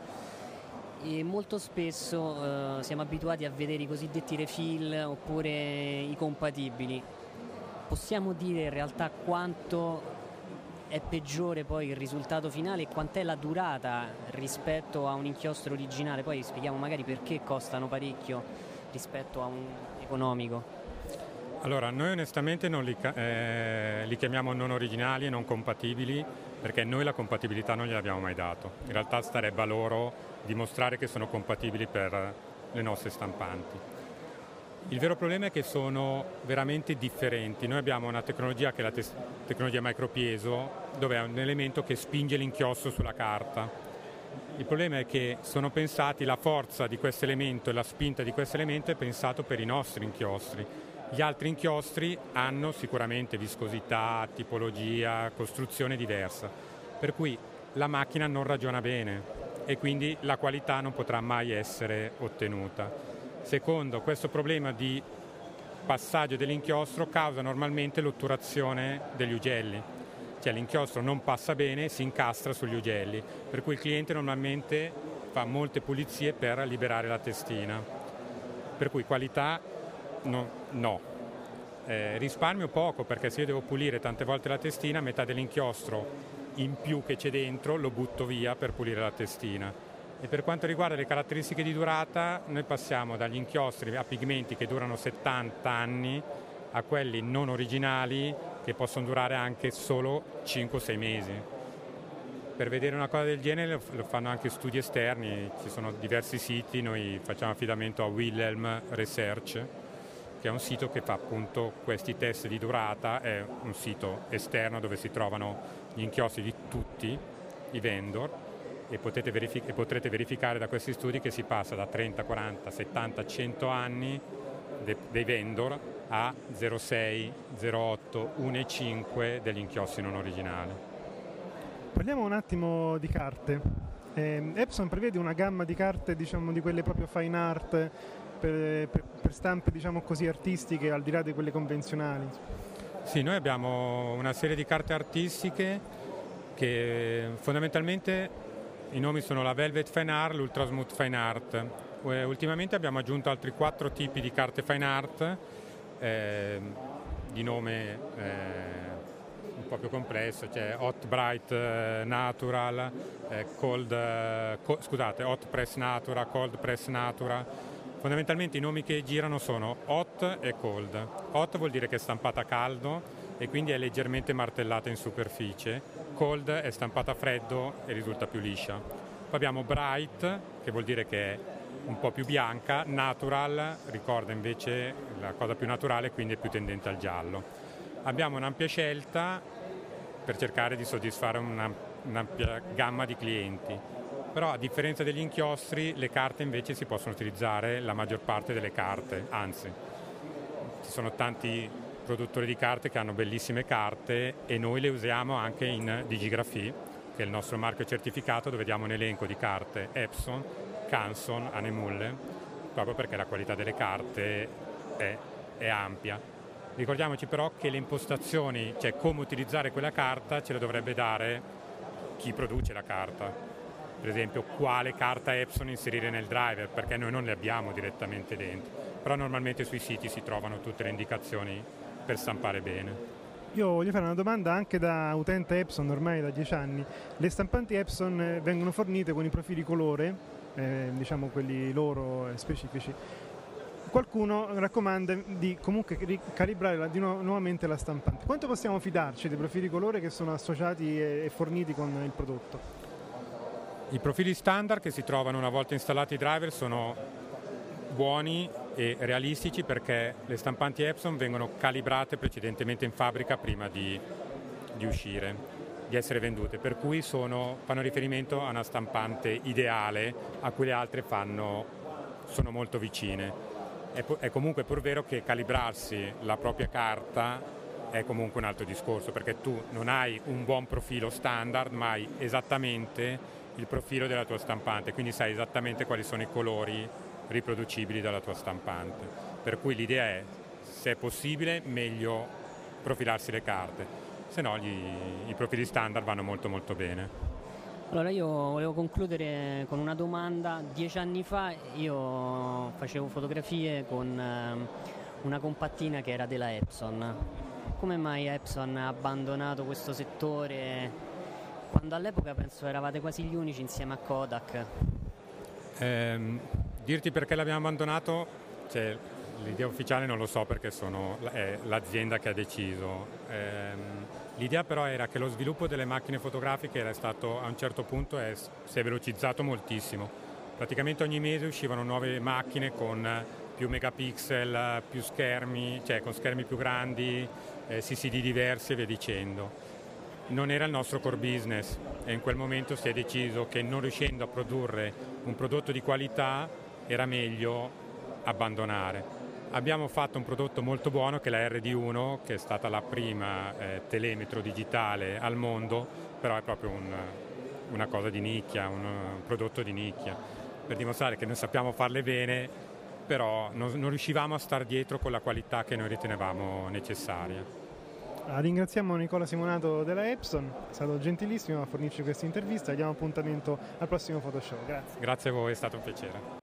e molto spesso siamo abituati a vedere i cosiddetti refill oppure i compatibili. Possiamo dire in realtà quanto è peggiore poi il risultato finale e quant'è la durata rispetto a un inchiostro originale? Poi spieghiamo magari perché costano parecchio rispetto a un economico. Allora, noi onestamente non li chiamiamo non originali e non compatibili, perché noi la compatibilità non gliel'abbiamo mai dato. In realtà starebbe a loro dimostrare che sono compatibili per le nostre stampanti. Il vero problema è che sono veramente differenti. Noi abbiamo una tecnologia che è la tecnologia micropieso, dove è un elemento che spinge l'inchiostro sulla carta. Il problema è che sono pensati, la forza di questo elemento e la spinta di questo elemento è pensato per i nostri inchiostri. Gli altri inchiostri hanno sicuramente viscosità, tipologia, costruzione diversa, per cui la macchina non ragiona bene e quindi la qualità non potrà mai essere ottenuta. Secondo, questo problema di passaggio dell'inchiostro causa normalmente l'otturazione degli ugelli, cioè l'inchiostro non passa bene e si incastra sugli ugelli, per cui il cliente normalmente fa molte pulizie per liberare la testina, per cui qualità no. Risparmio poco, perché se io devo pulire tante volte la testina, metà dell'inchiostro in più che c'è dentro lo butto via per pulire la testina. E per quanto riguarda le caratteristiche di durata, noi passiamo dagli inchiostri a pigmenti che durano 70 anni a quelli non originali che possono durare anche solo 5-6 mesi. Per vedere una cosa del genere lo fanno anche studi esterni, ci sono diversi siti, noi facciamo affidamento a Wilhelm Research, che è un sito che fa appunto questi test di durata, è un sito esterno dove si trovano gli inchiostri di tutti i vendor e potrete verificare da questi studi che si passa da 30, 40, 70, 100 anni dei vendor a 0,6, 0,8, 1,5 degli inchiostri non originali. Parliamo un attimo di carte. Epson prevede una gamma di carte, diciamo, di quelle proprio fine art, per stampe, diciamo così, artistiche, al di là di quelle convenzionali? Sì, noi abbiamo una serie di carte artistiche che fondamentalmente i nomi sono la Velvet Fine Art, l'Ultra Smooth Fine Art. Ultimamente abbiamo aggiunto altri 4 tipi di carte fine art di nome un po' più complesso, c'è Hot Bright Natural, Hot Press Natura, Cold Press Natura. Fondamentalmente i nomi che girano sono Hot hot e cold. Hot vuol dire che è stampata a caldo e quindi è leggermente martellata in superficie. Cold è stampata a freddo e risulta più liscia. Poi abbiamo bright, che vuol dire che è un po' più bianca. Natural ricorda invece la cosa più naturale, quindi è più tendente al giallo. Abbiamo un'ampia scelta per cercare di soddisfare un'ampia gamma di clienti. Però a differenza degli inchiostri, le carte invece si possono utilizzare la maggior parte delle carte, anzi ci sono tanti produttori di carte che hanno bellissime carte e noi le usiamo anche in Digigraphie, che è il nostro marchio certificato, dove diamo un elenco di carte Epson, Canson, Hanemulle, proprio perché la qualità delle carte è ampia. Ricordiamoci però che le impostazioni, cioè come utilizzare quella carta, ce le dovrebbe dare chi produce la carta. Per esempio, quale carta Epson inserire nel driver, perché noi non le abbiamo direttamente dentro. Però normalmente sui siti si trovano tutte le indicazioni per stampare bene. Io voglio fare una domanda anche da utente Epson ormai da 10 anni. Le stampanti Epson vengono fornite con i profili colore, diciamo quelli loro specifici. Qualcuno raccomanda di comunque calibrare nuovamente la stampante. Quanto possiamo fidarci dei profili colore che sono associati e forniti con il prodotto? I profili standard che si trovano una volta installati i driver sono buoni e realistici perché le stampanti Epson vengono calibrate precedentemente in fabbrica prima di uscire, di essere vendute, per cui fanno riferimento a una stampante ideale a cui le altre sono molto vicine. È comunque pur vero che calibrarsi la propria carta è comunque un altro discorso, perché tu non hai un buon profilo standard, ma hai esattamente il profilo della tua stampante, quindi sai esattamente quali sono i colori riproducibili dalla tua stampante. Per cui l'idea è, se è possibile, meglio profilarsi le carte, se no i profili standard vanno molto molto bene. Allora io volevo concludere con una domanda. 10 anni fa io facevo fotografie con una compattina che era della Epson. Come mai Epson ha abbandonato questo settore quando all'epoca penso eravate quasi gli unici insieme a Kodak? Dirti perché l'abbiamo abbandonato, cioè, l'idea ufficiale non lo so perché è l'azienda che ha deciso. L'idea però era che lo sviluppo delle macchine fotografiche era stato a un certo punto si è velocizzato moltissimo. Praticamente ogni mese uscivano nuove macchine con più megapixel, più schermi, cioè con schermi più grandi, CCD diversi e via dicendo. Non era il nostro core business e in quel momento si è deciso che non riuscendo a produrre un prodotto di qualità era meglio abbandonare. Abbiamo fatto un prodotto molto buono che è la RD1, che è stata la prima telemetro digitale al mondo, però è proprio una cosa di nicchia, un prodotto di nicchia, per dimostrare che noi sappiamo farle bene, però non riuscivamo a star dietro con la qualità che noi ritenevamo necessaria. Ringraziamo Nicola Simonato della Epson, è stato gentilissimo a fornirci questa intervista e diamo appuntamento al prossimo Photoshow. Grazie. Grazie a voi, è stato un piacere.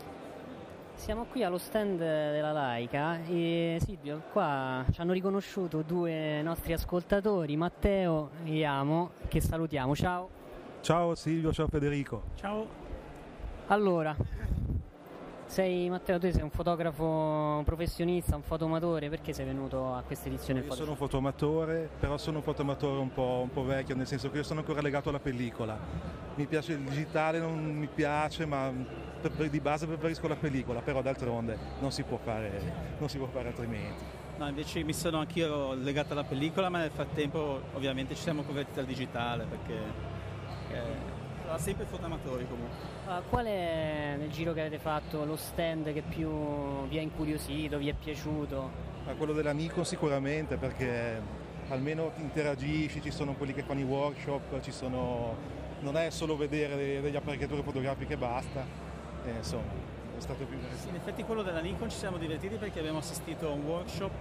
Siamo qui allo stand della Leica e Silvio, qua ci hanno riconosciuto due nostri ascoltatori, Matteo e Amo, che salutiamo. Ciao. Ciao Silvio, ciao Federico. Ciao. Allora, Matteo, tu sei un fotografo professionista, un fotoamatore, perché sei venuto a questa edizione? Io sono un fotoamatore, però sono un fotoamatore un po' vecchio, nel senso che io sono ancora legato alla pellicola. Mi piace il digitale, non mi piace, ma di base preferisco la pellicola, però d'altronde non si può fare altrimenti. No, invece mi sono anch'io legato alla pellicola, ma nel frattempo ovviamente ci siamo convertiti al digitale, perché sempre fotoamatori comunque. Qual è, nel giro che avete fatto, lo stand che più vi ha incuriosito, vi è piaciuto? Quello della Nikon sicuramente, perché almeno interagisci, ci sono quelli che fanno i workshop, non è solo vedere delle apparecchiature fotografiche e basta, insomma è stato più interessante. Sì, in effetti quello della Nikon ci siamo divertiti perché abbiamo assistito a un workshop,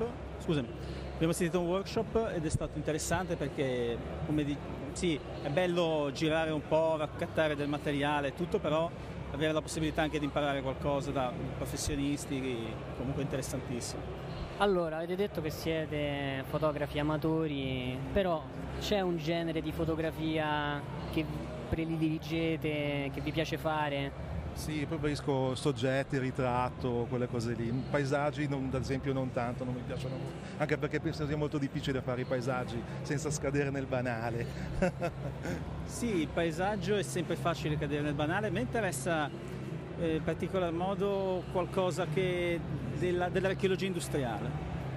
ed è stato interessante perché, sì, è bello girare un po', raccattare del materiale, tutto, però avere la possibilità anche di imparare qualcosa da professionisti, comunque interessantissimo. Allora, avete detto che siete fotografi amatori, però c'è un genere di fotografia che prediligete, che vi piace fare? Sì, preferisco soggetti, ritratto, quelle cose lì. Paesaggi, ad esempio, non tanto, non mi piacciono molto. Anche perché penso sia molto difficile fare i paesaggi senza scadere nel banale. Sì, il paesaggio è sempre facile cadere nel banale. Mi interessa in particolar modo qualcosa dell'archeologia industriale.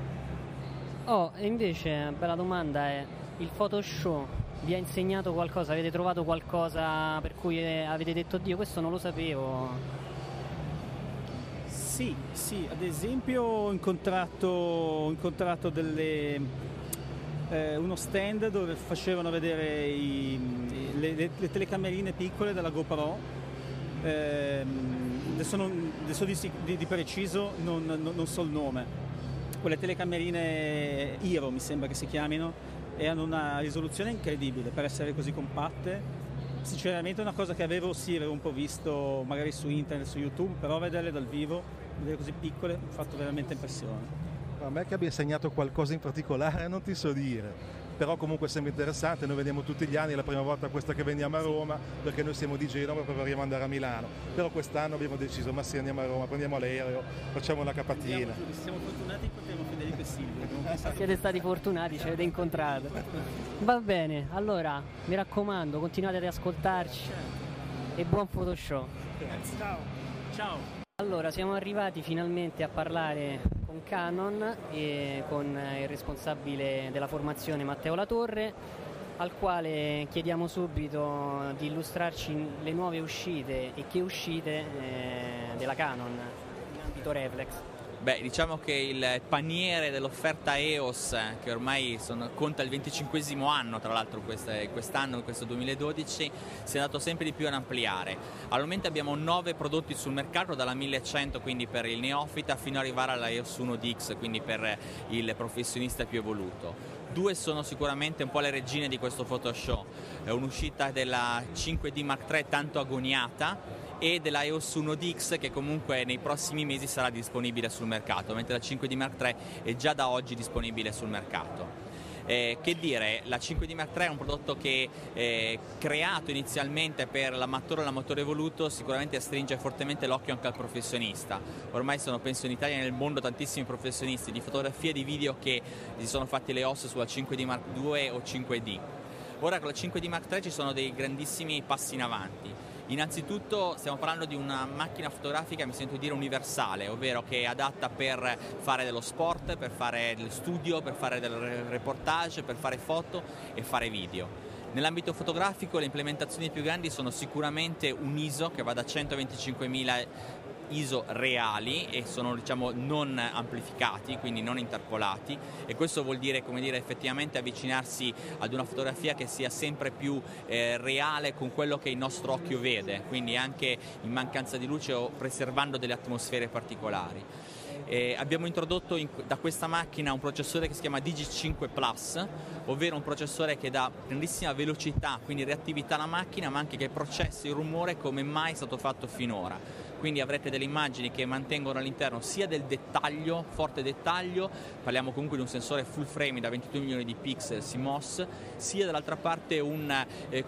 E invece, bella domanda è, il Photoshop vi ha insegnato qualcosa? Avete trovato qualcosa per cui avete detto Dio, questo non lo sapevo? Sì, ad esempio ho incontrato uno stand dove facevano vedere le telecamerine piccole della GoPro. Adesso di preciso non so il nome. Quelle telecamerine Hero mi sembra che si chiamino, e hanno una risoluzione incredibile per essere così compatte. Sinceramente è una cosa che avevo un po' visto magari su internet, su YouTube, però vederle dal vivo, vedere così piccole, mi ha fatto veramente impressione. A me che abbia insegnato qualcosa in particolare non ti so dire, però comunque sembra interessante. Noi vediamo tutti gli anni, è la prima volta questa che veniamo a Roma, perché noi siamo di Genova e preferiamo andare a Milano, però quest'anno abbiamo deciso, ma sì, andiamo a Roma, prendiamo l'aereo, facciamo la capatina. Siamo fortunati che incontriamo Federico e Silvio. Siete stati fortunati, ci avete incontrato. Va bene, allora mi raccomando, continuate ad ascoltarci e buon Photoshop. Ciao. Allora, siamo arrivati finalmente a parlare con Canon e con il responsabile della formazione Matteo Latorre, al quale chiediamo subito di illustrarci le nuove uscite e che uscite della Canon in ambito reflex. Beh, diciamo che il paniere dell'offerta EOS, che ormai conta il 25esimo anno, tra l'altro quest'anno, questo 2012, si è andato sempre di più ad ampliare. Al momento abbiamo 9 prodotti sul mercato, dalla 1100, quindi per il neofita, fino ad arrivare alla EOS 1DX, quindi per il professionista più evoluto. 2 sono sicuramente un po' le regine di questo Photoshop, è un'uscita della 5D Mark III tanto agoniata, e della EOS 1DX, che comunque nei prossimi mesi sarà disponibile sul mercato, mentre la 5D Mark III è già da oggi disponibile sul mercato. Che dire, la 5D Mark III è un prodotto che creato inizialmente per l'amatore o l'amatore evoluto, sicuramente stringe fortemente l'occhio anche al professionista. Ormai sono, penso, in Italia e nel mondo tantissimi professionisti di fotografia e di video che si sono fatti le ossa sulla 5D Mark II o 5D. Ora con la 5D Mark III ci sono dei grandissimi passi in avanti. Innanzitutto stiamo parlando di una macchina fotografica, mi sento dire, universale, ovvero che è adatta per fare dello sport, per fare dello studio, per fare del reportage, per fare foto e fare video. Nell'ambito fotografico le implementazioni più grandi sono sicuramente un ISO che va da 125.000 ISO reali e sono, diciamo, non amplificati, quindi non interpolati, e questo vuol dire, come dire, effettivamente avvicinarsi ad una fotografia che sia sempre più reale con quello che il nostro occhio vede, quindi anche in mancanza di luce o preservando delle atmosfere particolari. Abbiamo introdotto da questa macchina un processore che si chiama Digi5 Plus, ovvero un processore che dà grandissima velocità, quindi reattività alla macchina, ma anche che processa il rumore come mai è stato fatto finora. Quindi avrete delle immagini che mantengono all'interno sia del dettaglio, forte dettaglio, parliamo comunque di un sensore full frame da 22 milioni di pixel CMOS, sia dall'altra parte una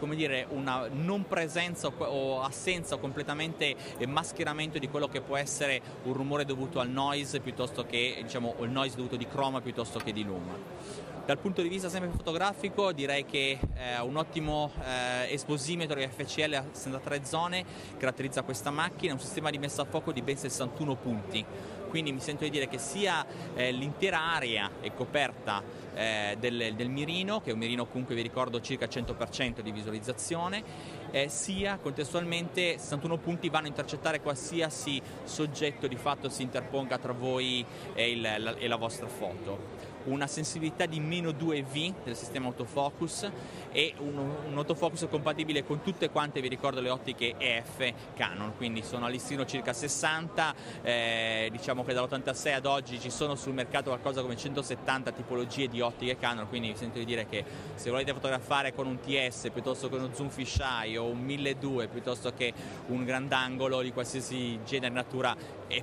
non presenza o assenza o completamente mascheramento di quello che può essere un rumore dovuto al noise piuttosto che, diciamo, il noise dovuto di croma piuttosto che di luma. Dal punto di vista sempre fotografico direi che un ottimo esposimetro FCL a 63 zone caratterizza questa macchina, un sistema di messa a fuoco di ben 61 punti, quindi mi sento di dire che sia l'intera area è coperta del mirino, che è un mirino comunque, vi ricordo, circa 100% di visualizzazione, sia contestualmente 61 punti vanno a intercettare qualsiasi soggetto di fatto si interponga tra voi e la vostra foto. Una sensibilità di -2V del sistema autofocus e un autofocus compatibile con tutte quante, vi ricordo, le ottiche EF Canon, quindi sono a listino circa 60, diciamo che dall'86 ad oggi ci sono sul mercato qualcosa come 170 tipologie di ottiche Canon, quindi vi sento di dire che se volete fotografare con un TS piuttosto che uno zoom fisheye o un 1200 piuttosto che un grandangolo di qualsiasi genere e natura è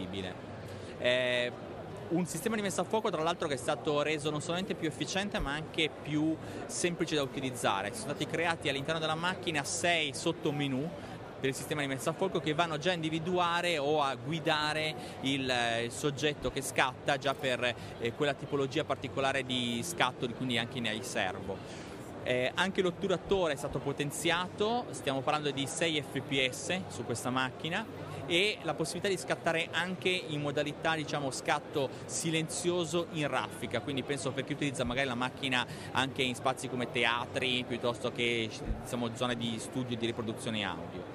possibile. Un sistema di messa a fuoco, tra l'altro, che è stato reso non solamente più efficiente ma anche più semplice da utilizzare. Sono stati creati all'interno della macchina 6 sottomenu del sistema di messa a fuoco che vanno già a individuare o a guidare il soggetto che scatta già per quella tipologia particolare di scatto, quindi anche nei servo. Anche l'otturatore è stato potenziato, stiamo parlando di 6 fps su questa macchina, e la possibilità di scattare anche in modalità, diciamo, scatto silenzioso in raffica, quindi penso per chi utilizza magari la macchina anche in spazi come teatri piuttosto che, diciamo, zone di studio e di riproduzione audio.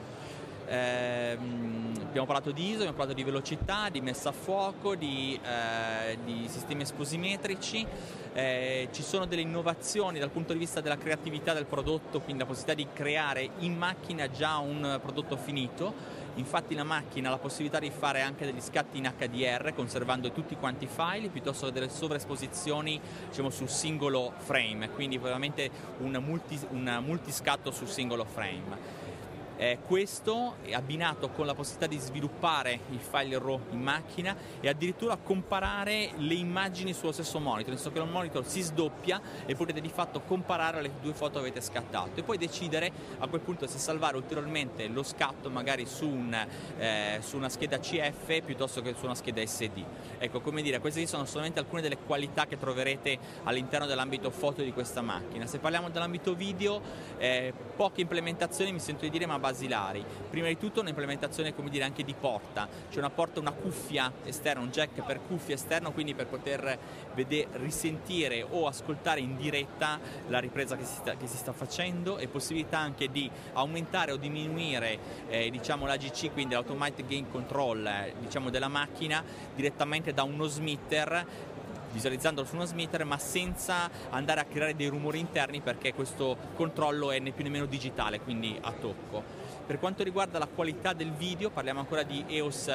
Abbiamo parlato di ISO, abbiamo parlato di velocità, di messa a fuoco, di sistemi esposimetrici. Ci sono delle innovazioni dal punto di vista della creatività del prodotto, quindi la possibilità di creare in macchina già un prodotto finito. Infatti la macchina ha la possibilità di fare anche degli scatti in HDR conservando tutti quanti i file, piuttosto che delle sovraesposizioni, diciamo, sul singolo frame, quindi veramente un multiscatto sul singolo frame. Questo è abbinato con la possibilità di sviluppare il file RAW in macchina e addirittura comparare le immagini sullo stesso monitor, nel senso che il monitor si sdoppia e potete di fatto comparare le due foto che avete scattato e poi decidere a quel punto se salvare ulteriormente lo scatto magari su una scheda CF piuttosto che su una scheda SD. Ecco, come dire, queste sono solamente alcune delle qualità che troverete all'interno dell'ambito foto di questa macchina. Se parliamo dell'ambito video, poche implementazioni, mi sento di dire, ma basilari. Prima di tutto un'implementazione, come dire, anche di porta, cioè una porta, una cuffia esterna, un jack per cuffia esterno, quindi per poter risentire o ascoltare in diretta la ripresa che si sta facendo, e possibilità anche di aumentare o diminuire diciamo l'AGC, quindi l'Automatic Gain Control diciamo della macchina direttamente da uno smitter, visualizzandolo su uno smitter, ma senza andare a creare dei rumori interni, perché questo controllo è né più né meno digitale, quindi a tocco. Per quanto riguarda la qualità del video, parliamo ancora di EOS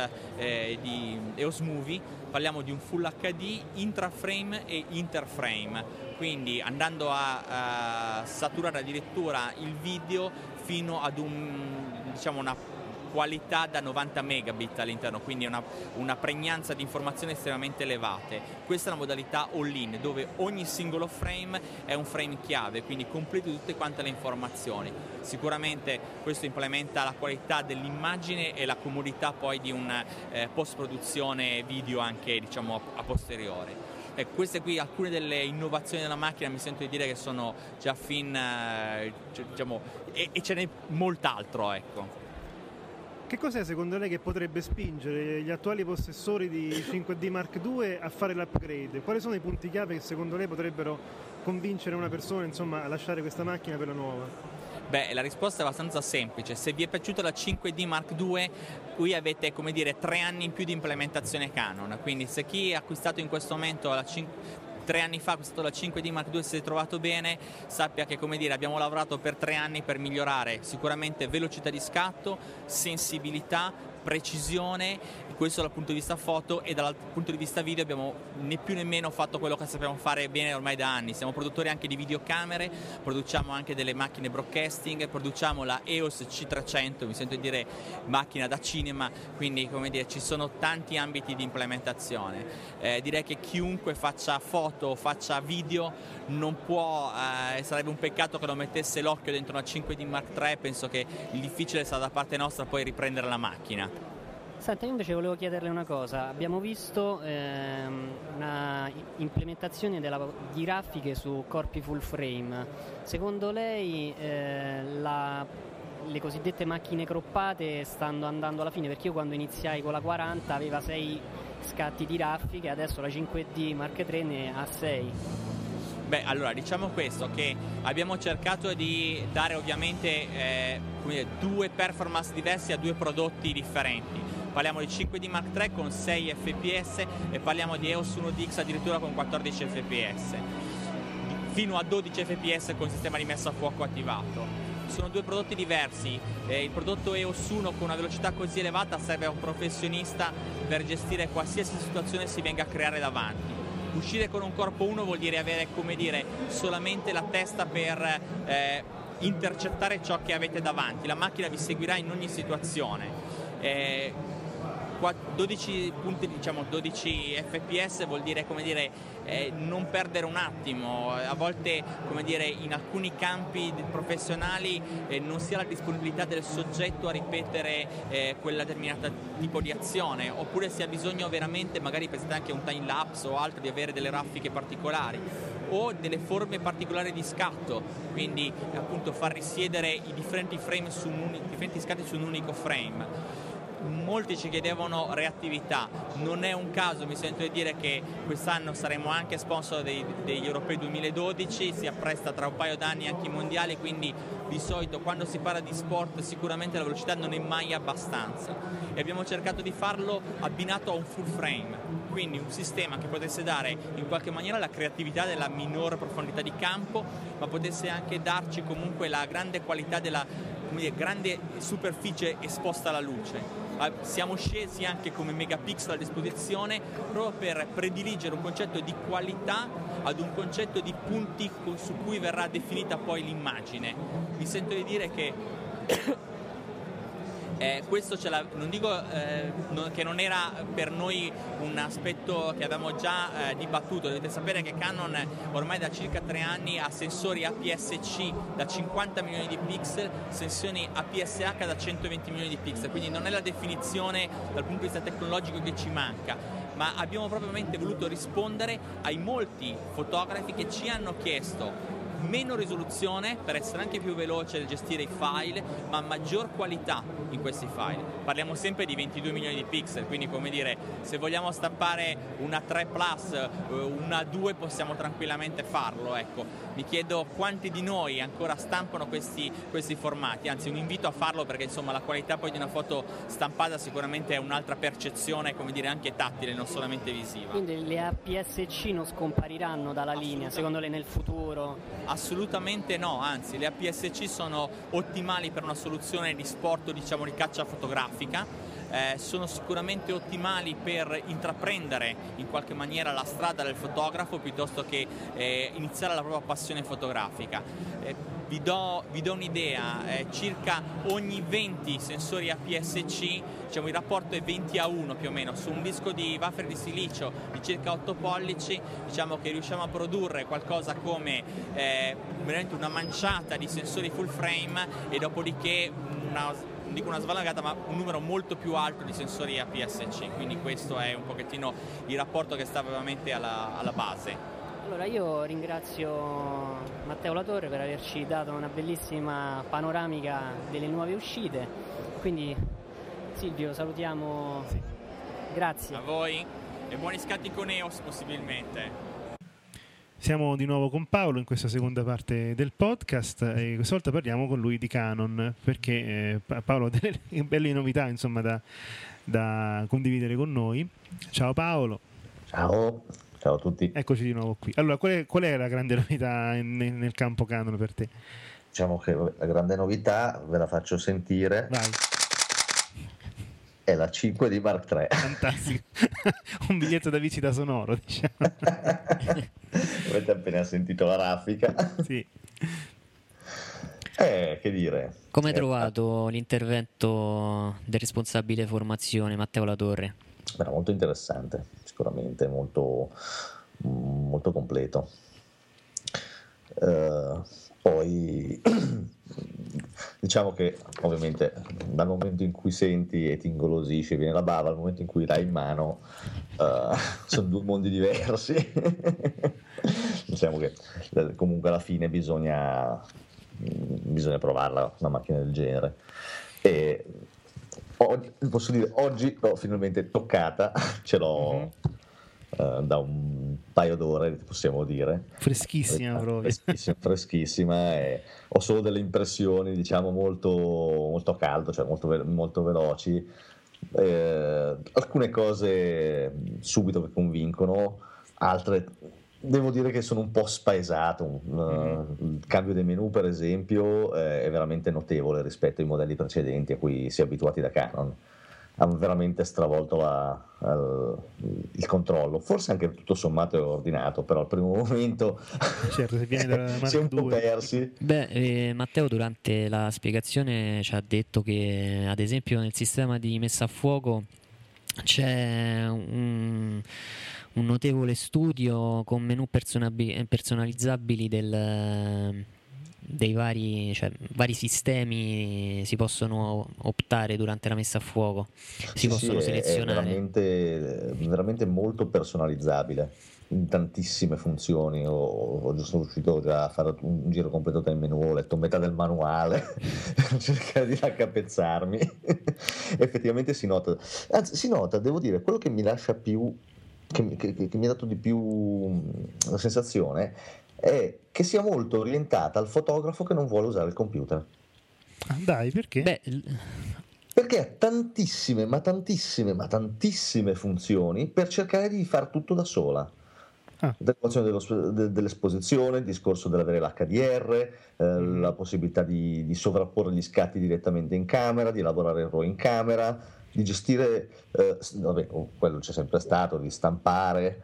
Movie, parliamo di un Full HD, intraframe e interframe, quindi andando a saturare addirittura il video fino ad una qualità da 90 megabit all'interno, quindi una pregnanza di informazioni estremamente elevate. Questa è una modalità all-in, dove ogni singolo frame è un frame chiave, quindi completo tutte quante le informazioni. Sicuramente questo implementa la qualità dell'immagine e la comodità poi di una post-produzione video anche, diciamo, a posteriori. Queste qui alcune delle innovazioni della macchina, mi sento di dire che sono già diciamo, e ce n'è molt'altro, ecco. Che cos'è secondo lei che potrebbe spingere gli attuali possessori di 5D Mark II a fare l'upgrade? Quali sono i punti chiave che secondo lei potrebbero convincere una persona, insomma, a lasciare questa macchina per la nuova? Beh, la risposta è abbastanza semplice. Se vi è piaciuta la 5D Mark II, qui avete, come dire, 3 anni in più di implementazione Canon, quindi se chi ha acquistato in questo momento 3 anni fa acquistato la 5D Mark II e si è trovato bene, sappia che, come dire, abbiamo lavorato per 3 anni per migliorare sicuramente velocità di scatto, sensibilità, precisione, questo dal punto di vista foto, e dal punto di vista video abbiamo né più né meno fatto quello che sappiamo fare bene ormai da anni. Siamo produttori anche di videocamere, produciamo anche delle macchine broadcasting, produciamo la EOS C300, mi sento di dire macchina da cinema, quindi, come dire, ci sono tanti ambiti di implementazione. Direi che chiunque faccia foto, faccia video, non può, sarebbe un peccato che non mettesse l'occhio dentro una 5D Mark III. Penso che il difficile sarà da parte nostra poi riprendere la macchina. Senta, io invece volevo chiederle una cosa. Abbiamo visto una implementazione di raffiche su corpi full frame. Secondo lei le cosiddette macchine croppate stanno andando alla fine? Perché io quando iniziai con la 40 aveva 6 scatti di raffiche, adesso la 5D Mark III ne ha 6. Beh, allora, diciamo questo, che abbiamo cercato di dare ovviamente due performance diverse a due prodotti differenti. Parliamo di 5D Mark III con 6 fps e parliamo di EOS 1DX addirittura con 14 fps, fino a 12 fps con il sistema di messa a fuoco attivato. Sono due prodotti diversi. Il prodotto EOS 1 con una velocità così elevata serve a un professionista per gestire qualsiasi situazione si venga a creare davanti. Uscire con un corpo 1 vuol dire avere, come dire, solamente la testa per intercettare ciò che avete davanti. La macchina vi seguirà in ogni situazione. 12 punti, diciamo 12 fps vuol dire, come dire, non perdere un attimo. A volte, come dire, in alcuni campi professionali non si ha la disponibilità del soggetto a ripetere quella determinata tipo di azione, oppure si ha bisogno veramente, magari per anche un time lapse o altro, di avere delle raffiche particolari o delle forme particolari di scatto, quindi appunto far risiedere i differenti frame differenti scatti su un unico frame. Molti ci chiedevano reattività, non è un caso, mi sento di dire che quest'anno saremo anche sponsor degli Europei 2012, si appresta tra un paio d'anni anche i mondiali, quindi di solito quando si parla di sport sicuramente la velocità non è mai abbastanza e abbiamo cercato di farlo abbinato a un full frame, quindi un sistema che potesse dare in qualche maniera la creatività della minore profondità di campo, ma potesse anche darci comunque la grande qualità della grande superficie esposta alla luce. Siamo scesi anche come megapixel a disposizione proprio per prediligere un concetto di qualità ad un concetto di punti su cui verrà definita poi l'immagine. Mi sento di dire che questo non dico che non era per noi un aspetto che avevamo già dibattuto. Dovete sapere che Canon ormai da circa 3 anni ha sensori APS-C da 50 milioni di pixel, sensori APS-H da 120 milioni di pixel, quindi non è la definizione dal punto di vista tecnologico che ci manca, ma abbiamo propriamente voluto rispondere ai molti fotografi che ci hanno chiesto meno risoluzione per essere anche più veloce nel gestire i file, ma maggior qualità in questi file. Parliamo sempre di 22 milioni di pixel, quindi come dire, se vogliamo stampare una 3 Plus, una 2 possiamo tranquillamente farlo, ecco. Mi chiedo quanti di noi ancora stampano questi formati, anzi un invito a farlo, perché insomma la qualità poi di una foto stampata sicuramente è un'altra percezione, come dire, anche tattile, non solamente visiva. Quindi le APS-C non scompariranno dalla linea, secondo lei, nel futuro? Assolutamente no, anzi le APS-C sono ottimali per una soluzione di sport, diciamo di caccia fotografica, sono sicuramente ottimali per intraprendere in qualche maniera la strada del fotografo piuttosto che iniziare la propria passione fotografica. Vi do un'idea, circa ogni 20 sensori APS-C, diciamo il rapporto è 20:1 più o meno, su un disco di wafer di silicio di circa 8 pollici, diciamo che riusciamo a produrre qualcosa come veramente una manciata di sensori full frame e dopodiché non dico una svalangata, ma un numero molto più alto di sensori APS-C, quindi questo è un pochettino il rapporto che sta veramente alla base. Allora io ringrazio Matteo Latorre per averci dato una bellissima panoramica delle nuove uscite, quindi Silvio salutiamo, sì. Grazie. A voi e buoni scatti con EOS possibilmente. Siamo di nuovo con Paolo in questa seconda parte del podcast e questa volta parliamo con lui di Canon, perché Paolo ha delle belle novità insomma da condividere con noi. Ciao Paolo. Ciao a tutti. Eccoci di nuovo qui. Allora, qual è la grande novità nel campo Canon per te? Diciamo che la grande novità, ve la faccio sentire. Vai. È la 5D Mark III. Fantastico. Un biglietto da visita sonoro, diciamo. Avete appena sentito la raffica. Sì. Che dire. Come hai trovato l'intervento del responsabile formazione Matteo Latorre? Era molto interessante, sicuramente molto, molto completo. Poi diciamo che ovviamente dal momento in cui senti e ti ingolosisci viene la bava, al momento in cui l'hai in mano sono due mondi diversi. Diciamo che comunque alla fine bisogna provarla una macchina del genere. E posso dire, oggi l'ho finalmente toccata, ce l'ho da un paio d'ore, possiamo dire. Freschissima proprio. Freschissima, e ho solo delle impressioni, diciamo, molto, molto a caldo, cioè molto veloci. Alcune cose subito che convincono, altre devo dire che sono un po' spaesato. Il cambio dei menu, per esempio, è veramente notevole rispetto ai modelli precedenti a cui si è abituati da Canon. Ha veramente stravolto il controllo, forse anche tutto sommato è ordinato, però al primo momento certo, se viene dalla Mark si è un po' persi. Matteo durante la spiegazione ci ha detto che ad esempio nel sistema di messa a fuoco c'è un notevole studio con menu personalizzabili dei vari sistemi. Si possono optare durante la messa a fuoco, si possono selezionare. È veramente molto personalizzabile in tantissime funzioni. Sono riuscito già a fare un giro completo del menu, ho letto metà del manuale per cercare di raccapezzarmi. Effettivamente si nota, devo dire, quello che mi lascia più, che mi ha dato di più la sensazione è che sia molto orientata al fotografo che non vuole usare il computer. Dai, perché? Perché ha tantissime funzioni per cercare di far tutto da sola. Dell'esposizione, il discorso dell'avere l'HDR, la possibilità di sovrapporre gli scatti direttamente in camera, di elaborare il RAW in camera, di gestire, quello c'è sempre stato, di stampare.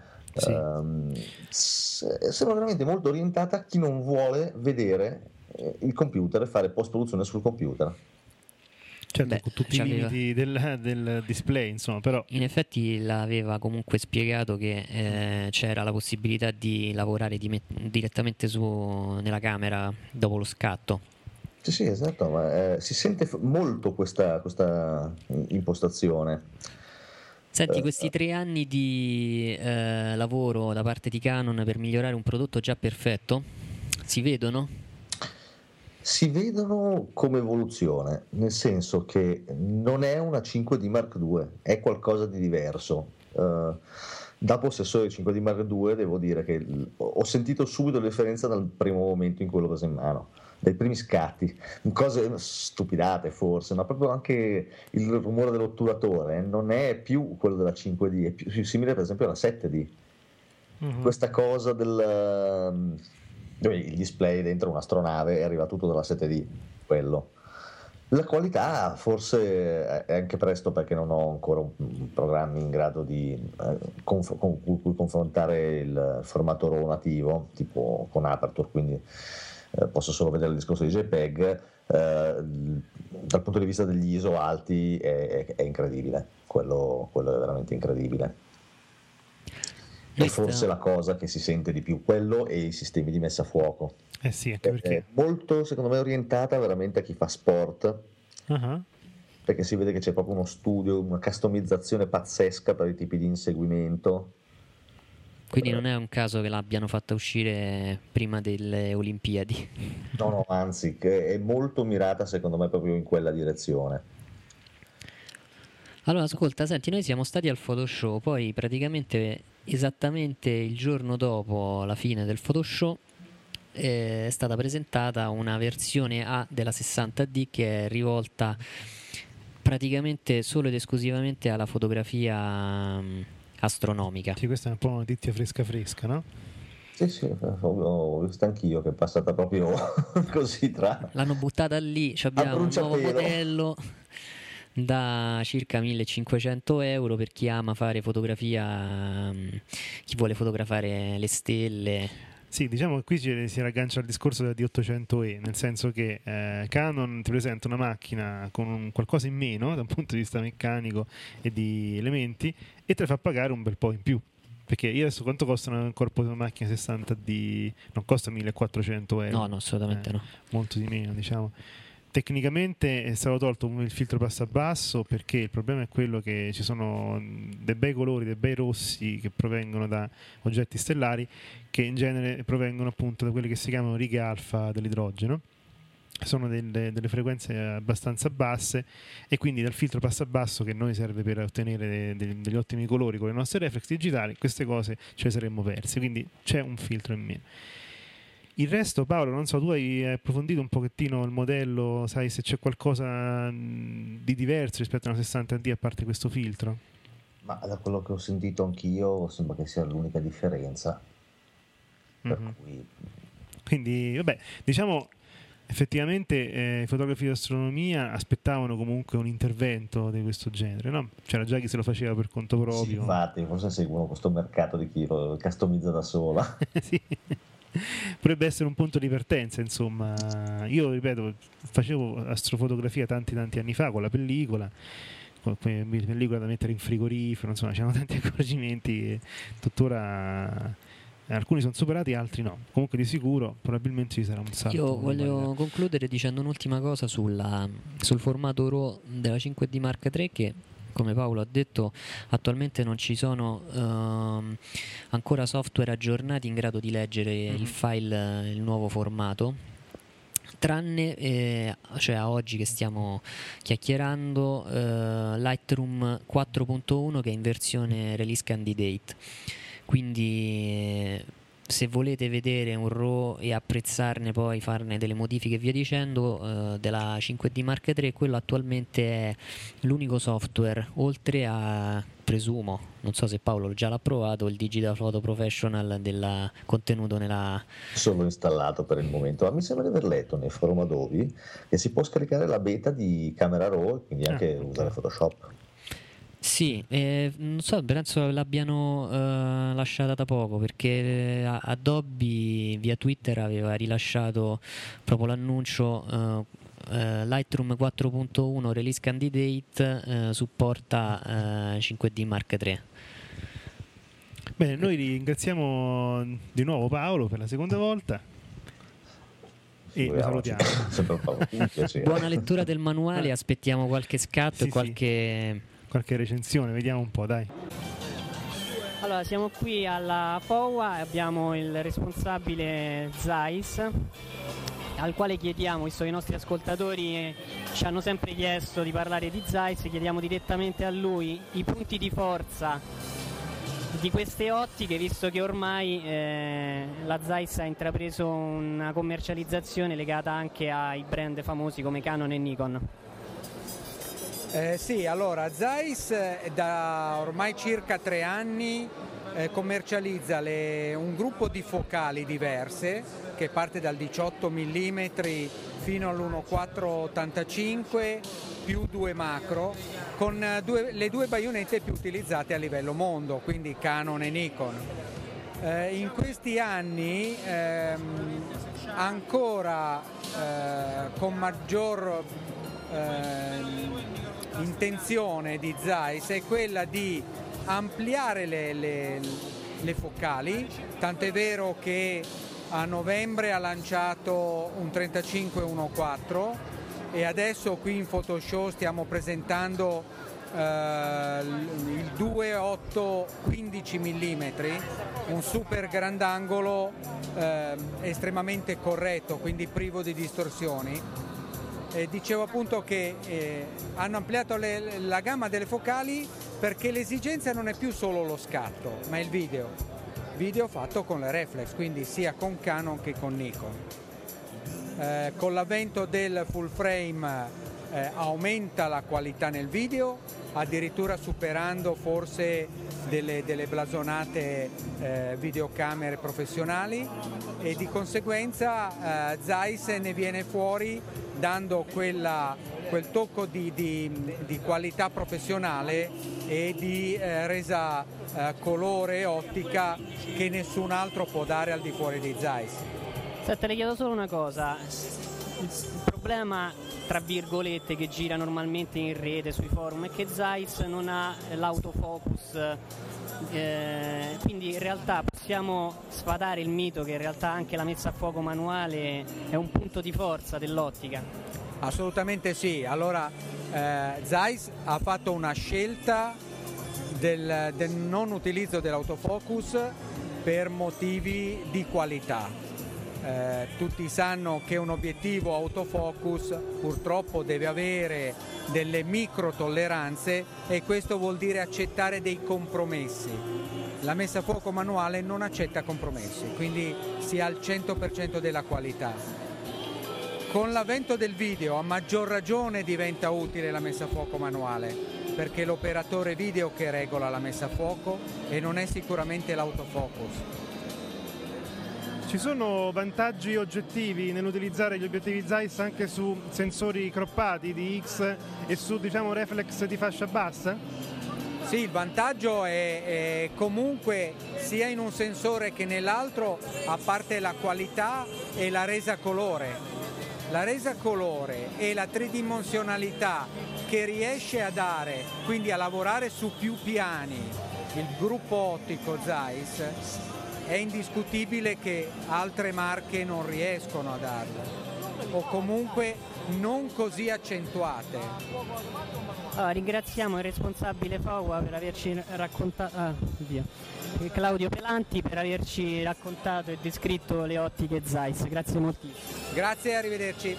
Sembra veramente molto orientata a chi non vuole vedere il computer e fare post-produzione sul computer. Certo, con tutti i limiti del display, insomma, però in effetti l'aveva comunque spiegato che c'era la possibilità di lavorare direttamente nella camera dopo lo scatto. Sì, esatto, ma si sente molto questa impostazione. Senti, questi 3 anni di lavoro da parte di Canon per migliorare un prodotto già perfetto, si vedono? Si vedono come evoluzione, nel senso che non è una 5D Mark II, è qualcosa di diverso. Da possessore di 5D Mark II devo dire che ho sentito subito la differenza dal primo momento in cui l'ho preso in mano, dai primi scatti, cose stupidate forse, ma proprio anche il rumore dell'otturatore non è più quello della 5D, è più simile per esempio alla 7D. Questa cosa il display dentro un'astronave arriva tutto dalla 7D, quello. La qualità forse è anche presto, perché non ho ancora un programma in grado di con cui confrontare il formato RAW nativo, tipo con Aperture, quindi posso solo vedere il discorso di JPEG. Dal punto di vista degli ISO alti è incredibile, quello è veramente incredibile. È forse la cosa che si sente di più, quello e i sistemi di messa a fuoco. Sì, anche perché è molto, secondo me, orientata veramente a chi fa sport, perché si vede che c'è proprio uno studio, una customizzazione pazzesca per i tipi di inseguimento. Quindi non è un caso che l'abbiano fatta uscire prima delle Olimpiadi. No, anzi, che è molto mirata, secondo me, proprio in quella direzione. Allora, ascolta, senti, noi siamo stati al Photoshow, poi praticamente esattamente il giorno dopo la fine del Photoshow è stata presentata una versione A della 60D che è rivolta praticamente solo ed esclusivamente alla fotografia astronomica. Sì, questa è un po' una notizia fresca, no? Sì, ho visto anch'io che è passata proprio così tra... L'hanno buttata lì, abbiamo un nuovo modello da circa 1.500 euro per chi ama fare fotografia, chi vuole fotografare le stelle. Sì, diciamo che qui si raggancia al discorso della D800E, nel senso che Canon ti presenta una macchina con qualcosa in meno da un punto di vista meccanico e di elementi e te la fa pagare un bel po' in più. Perché io adesso quanto costa un corpo di una macchina 60D? Non costa 1.400 euro. No, assolutamente no. Molto di meno, diciamo. Tecnicamente è stato tolto il filtro passabasso, perché il problema è quello che ci sono dei bei colori, dei bei rossi che provengono da oggetti stellari, che in genere provengono appunto da quelle che si chiamano righe alfa dell'idrogeno. Sono delle frequenze abbastanza basse, e quindi dal filtro passabasso, che noi serve per ottenere degli ottimi colori con le nostre reflex digitali, queste cose ce le saremmo perse, quindi c'è un filtro in meno. Il resto, Paolo, non so, tu hai approfondito un pochettino il modello, sai se c'è qualcosa di diverso rispetto a una 60D a parte questo filtro? Ma da quello che ho sentito anch'io sembra che sia l'unica differenza. Quindi, vabbè, diciamo effettivamente i fotografi di astronomia aspettavano comunque un intervento di questo genere, no? C'era già chi se lo faceva per conto proprio. Sì, infatti, forse seguono questo mercato di chi lo customizza da sola. Sì. Potrebbe essere un punto di partenza, insomma. Io ripeto, facevo astrofotografia tanti anni fa con la pellicola, pellicola da mettere in frigorifero, insomma c'erano tanti accorgimenti, tuttora alcuni sono superati, altri no. Comunque di sicuro probabilmente ci sarà un salto. Io voglio concludere dicendo un'ultima cosa sul formato RAW della 5D Mark III, che come Paolo ha detto attualmente non ci sono ancora software aggiornati in grado di leggere il file, il nuovo formato, tranne cioè a oggi che stiamo chiacchierando Lightroom 4.1 che è in versione release candidate. Quindi se volete vedere un RAW e apprezzarne, poi farne delle modifiche e via dicendo, della 5D Mark III, quello attualmente è l'unico software, oltre a, presumo, non so se Paolo già l'ha provato, il Digital Photo Professional contenuto nella... Solo installato per il momento, ma mi sembra di aver letto nei forum Adobe che si può scaricare la beta di Camera Raw e quindi anche usare Photoshop. Sì, non so, penso l'abbiano lasciata da poco, perché Adobe via Twitter aveva rilasciato proprio l'annuncio Lightroom 4.1 Release Candidate supporta 5D Mark III. Bene, noi ringraziamo di nuovo Paolo per la seconda volta e lo salutiamo. Buona lettura del manuale, aspettiamo qualche scatto e qualche recensione, vediamo un po', dai. Allora, siamo qui alla POWA e abbiamo il responsabile Zeiss, al quale chiediamo, visto che i nostri ascoltatori ci hanno sempre chiesto di parlare di Zeiss, chiediamo direttamente a lui i punti di forza di queste ottiche, visto che ormai la Zeiss ha intrapreso una commercializzazione legata anche ai brand famosi come Canon e Nikon. Sì, allora Zeiss da ormai circa 3 anni commercializza un gruppo di focali diverse che parte dal 18 mm fino all'1.485 più 2 macro con le due baionette più utilizzate a livello mondo, quindi Canon e Nikon. In questi anni ancora con maggior intenzione di Zeiss è quella di ampliare le focali, tant'è vero che a novembre ha lanciato un 35-1.4 e adesso qui in Photoshow stiamo presentando il 2.8-15 mm, un super grandangolo estremamente corretto, quindi privo di distorsioni. Dicevo appunto che hanno ampliato la gamma delle focali perché l'esigenza non è più solo lo scatto, ma il video fatto con le reflex, quindi sia con Canon che con Nikon. Con l'avvento del full frame aumenta la qualità nel video, addirittura superando forse delle blasonate videocamere professionali, e di conseguenza Zeiss ne viene fuori dando quel tocco di qualità professionale e di resa colore ottica che nessun altro può dare al di fuori di Zeiss. Senta, le chiedo solo una cosa. Il problema, tra virgolette, che gira normalmente in rete sui forum è che Zeiss non ha l'autofocus, quindi in realtà possiamo sfatare il mito che in realtà anche la messa a fuoco manuale è un punto di forza dell'ottica. Assolutamente sì. Allora Zeiss ha fatto una scelta del non utilizzo dell'autofocus per motivi di qualità. Tutti sanno che un obiettivo autofocus purtroppo deve avere delle micro tolleranze e questo vuol dire accettare dei compromessi. La messa a fuoco manuale non accetta compromessi, quindi si ha il 100% della qualità. Con l'avvento del video a maggior ragione diventa utile la messa a fuoco manuale, perché è l'operatore video che regola la messa a fuoco e non è sicuramente l'autofocus. Ci sono vantaggi oggettivi nell'utilizzare gli obiettivi Zeiss anche su sensori croppati di X e su, diciamo, reflex di fascia bassa? Sì, il vantaggio è comunque sia in un sensore che nell'altro, a parte la qualità e la resa colore. La resa colore e la tridimensionalità che riesce a dare, quindi a lavorare su più piani, il gruppo ottico Zeiss, è indiscutibile che altre marche non riescono a darlo, o comunque non così accentuate. Ringraziamo il responsabile FOWA per averci raccontato, Claudio Pelanti, per averci raccontato e descritto le ottiche Zeiss. Grazie moltissimo. Grazie e arrivederci.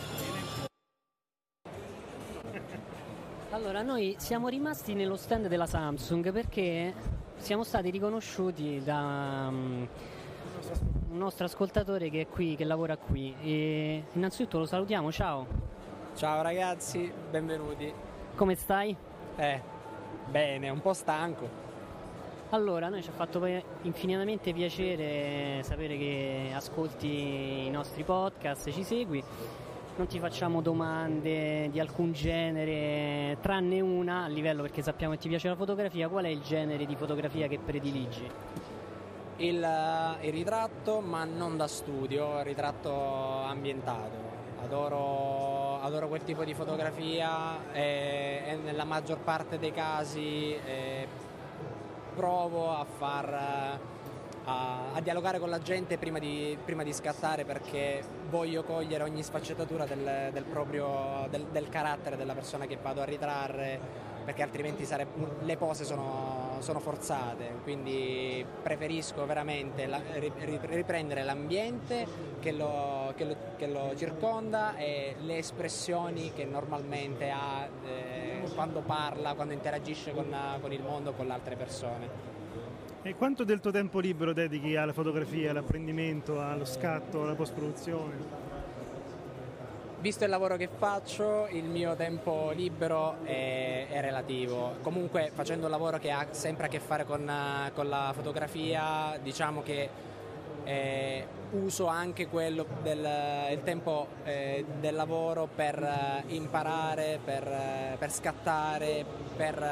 Allora, noi siamo rimasti nello stand della Samsung perché siamo stati riconosciuti da un nostro ascoltatore che è qui, che lavora qui, e innanzitutto lo salutiamo. Ciao. Ciao ragazzi, benvenuti. Come stai? Bene, un po' stanco. Allora, noi ci ha fatto infinitamente piacere sapere che ascolti i nostri podcast, ci segui. Non ti facciamo domande di alcun genere, tranne una a livello, perché sappiamo che ti piace la fotografia. Qual è il genere di fotografia che prediligi? Il ritratto, ma non da studio, il ritratto ambientato. Adoro quel tipo di fotografia e nella maggior parte dei casi provo a dialogare con la gente prima di scattare, perché voglio cogliere ogni sfaccettatura del carattere della persona che vado a ritrarre, perché altrimenti le pose sono forzate. Quindi preferisco veramente riprendere l'ambiente che lo circonda e le espressioni che normalmente ha quando parla, quando interagisce con il mondo, con le altre persone. E quanto del tuo tempo libero dedichi alla fotografia, all'apprendimento, allo scatto, alla post-produzione? Visto il lavoro che faccio, il mio tempo libero è relativo. Comunque, facendo un lavoro che ha sempre a che fare con la fotografia, diciamo che uso anche quello il tempo del lavoro per imparare, per scattare, per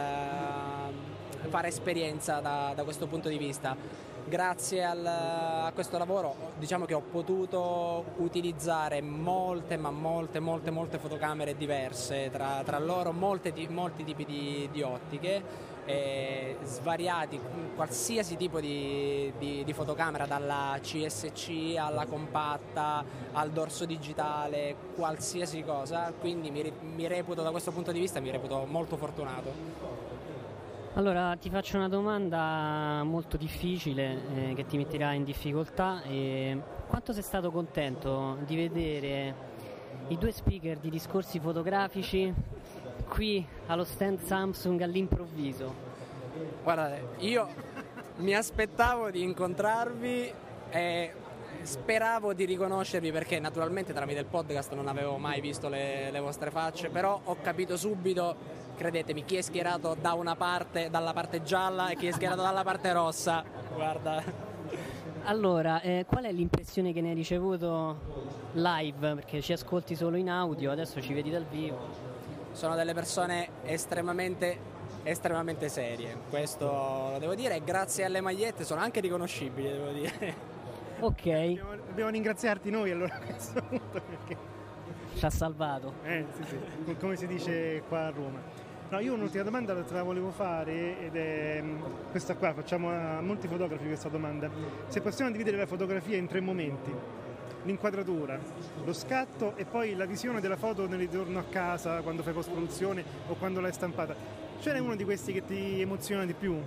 fare esperienza da questo punto di vista. Grazie a questo lavoro, diciamo che ho potuto utilizzare molte fotocamere diverse, tra loro molti tipi di ottiche, svariati, qualsiasi tipo di fotocamera, dalla CSC alla compatta al dorso digitale, qualsiasi cosa. Quindi mi reputo, da questo punto di vista, molto fortunato. Allora, ti faccio una domanda molto difficile che ti metterà in difficoltà. Quanto sei stato contento di vedere i due speaker di discorsi fotografici qui allo stand Samsung all'improvviso? Guardate, io mi aspettavo di incontrarvi e speravo di riconoscervi, perché naturalmente tramite il podcast non avevo mai visto le vostre facce, però ho capito subito, credetemi, chi è schierato dalla parte gialla e chi è schierato dalla parte rossa. Guarda. Allora, qual è l'impressione che ne hai ricevuto live? Perché ci ascolti solo in audio, adesso ci vedi dal vivo. Sono delle persone estremamente serie, questo lo devo dire, e grazie alle magliette sono anche riconoscibili, devo dire. Ok. Dobbiamo ringraziarti noi allora a questo punto, perché ci ha salvato. Sì, come si dice qua a Roma. No, io un'ultima domanda te la volevo fare, ed è questa qua, facciamo a molti fotografi questa domanda. Se possiamo dividere la fotografia in 3 momenti: l'inquadratura, lo scatto e poi la visione della foto nel ritorno a casa, quando fai post-produzione o quando l'hai stampata, ce n'è uno di questi che ti emoziona di più?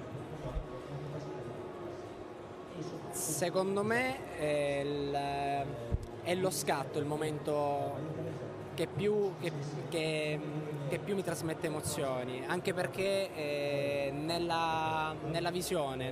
Secondo me è lo scatto il momento che più mi trasmette emozioni, anche perché nella visione,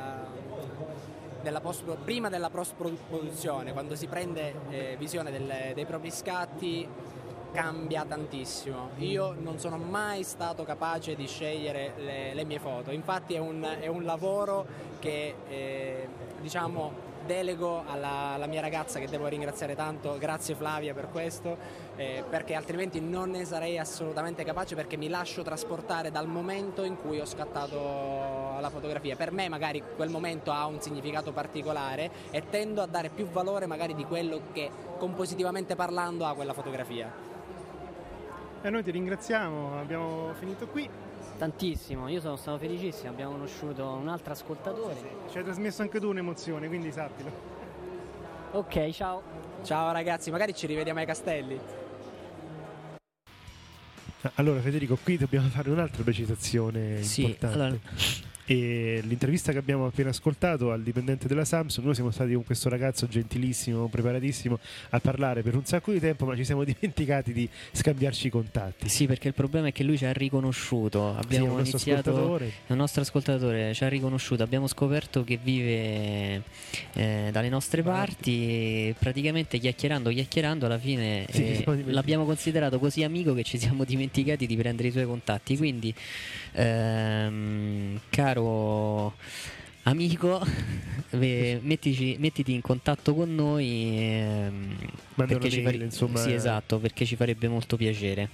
prima della post-produzione, quando si prende visione dei propri scatti, cambia tantissimo. Io non sono mai stato capace di scegliere le mie foto, infatti è un lavoro che delego alla mia ragazza, che devo ringraziare tanto. Grazie Flavia per questo, perché altrimenti non ne sarei assolutamente capace, perché mi lascio trasportare dal momento in cui ho scattato la fotografia. Per me magari quel momento ha un significato particolare e tendo a dare più valore magari di quello che compositivamente parlando ha quella fotografia. E noi ti ringraziamo, abbiamo finito qui. Tantissimo, io sono stato felicissimo, abbiamo conosciuto un altro ascoltatore. Sì. Ci hai trasmesso anche tu un'emozione, quindi sappilo. Ok, ciao. Ciao ragazzi, magari ci rivediamo ai Castelli. Allora Federico, qui dobbiamo fare un'altra precisazione importante. Allora... E l'intervista che abbiamo appena ascoltato al dipendente della Samsung, noi siamo stati con questo ragazzo gentilissimo, preparatissimo a parlare per un sacco di tempo, ma ci siamo dimenticati di scambiarci i contatti. Sì, perché il problema è che lui ci ha riconosciuto. Abbiamo iniziato, il nostro ascoltatore ci ha riconosciuto, abbiamo scoperto che vive dalle nostre parti e praticamente chiacchierando alla fine l'abbiamo considerato così amico che ci siamo dimenticati di prendere i suoi contatti. Quindi caro amico, mettiti in contatto con noi perché sì, esatto, perché ci farebbe molto piacere.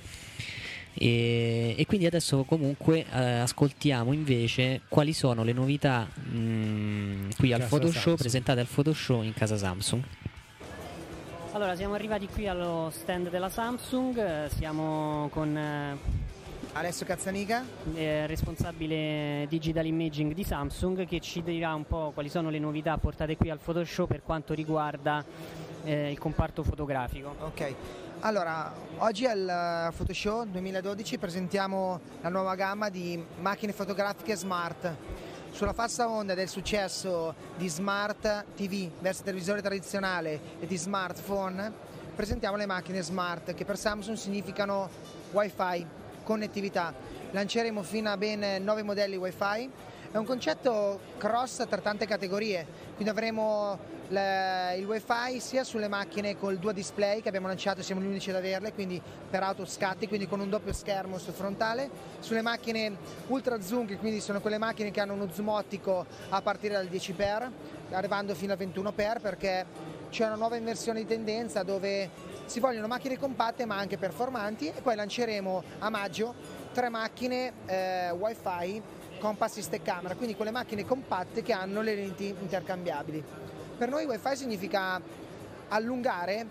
E quindi adesso comunque ascoltiamo invece quali sono le novità qui al Photoshow, presentate al Photoshow in casa Samsung. Allora, siamo arrivati qui allo stand della Samsung, siamo con Alessio Cazzanica, responsabile digital imaging di Samsung, che ci dirà un po' quali sono le novità portate qui al Photoshow per quanto riguarda il comparto fotografico. Ok, allora oggi al Photoshow 2012 presentiamo la nuova gamma di macchine fotografiche smart. Sulla falsa onda del successo di Smart TV verso televisore tradizionale e di smartphone, presentiamo le macchine smart, che per Samsung significano Wi-Fi, connettività. Lanceremo fino a ben 9 modelli Wi-Fi. È un concetto cross tra tante categorie, quindi avremo il Wi-Fi sia sulle macchine col dual display che abbiamo lanciato, siamo gli unici ad averle, quindi per autoscatti, quindi con un doppio schermo sul frontale, sulle macchine ultra zoom, che quindi sono quelle macchine che hanno uno zoom ottico a partire dal 10x, arrivando fino al 21x, perché c'è una nuova inversione di tendenza dove si vogliono macchine compatte ma anche performanti, e poi lanceremo a maggio 3 macchine Wi-Fi Compass Stack Camera, quindi quelle macchine compatte che hanno le lenti intercambiabili. Per noi Wi-Fi significa allungare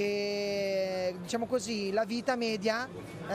diciamo così, la vita media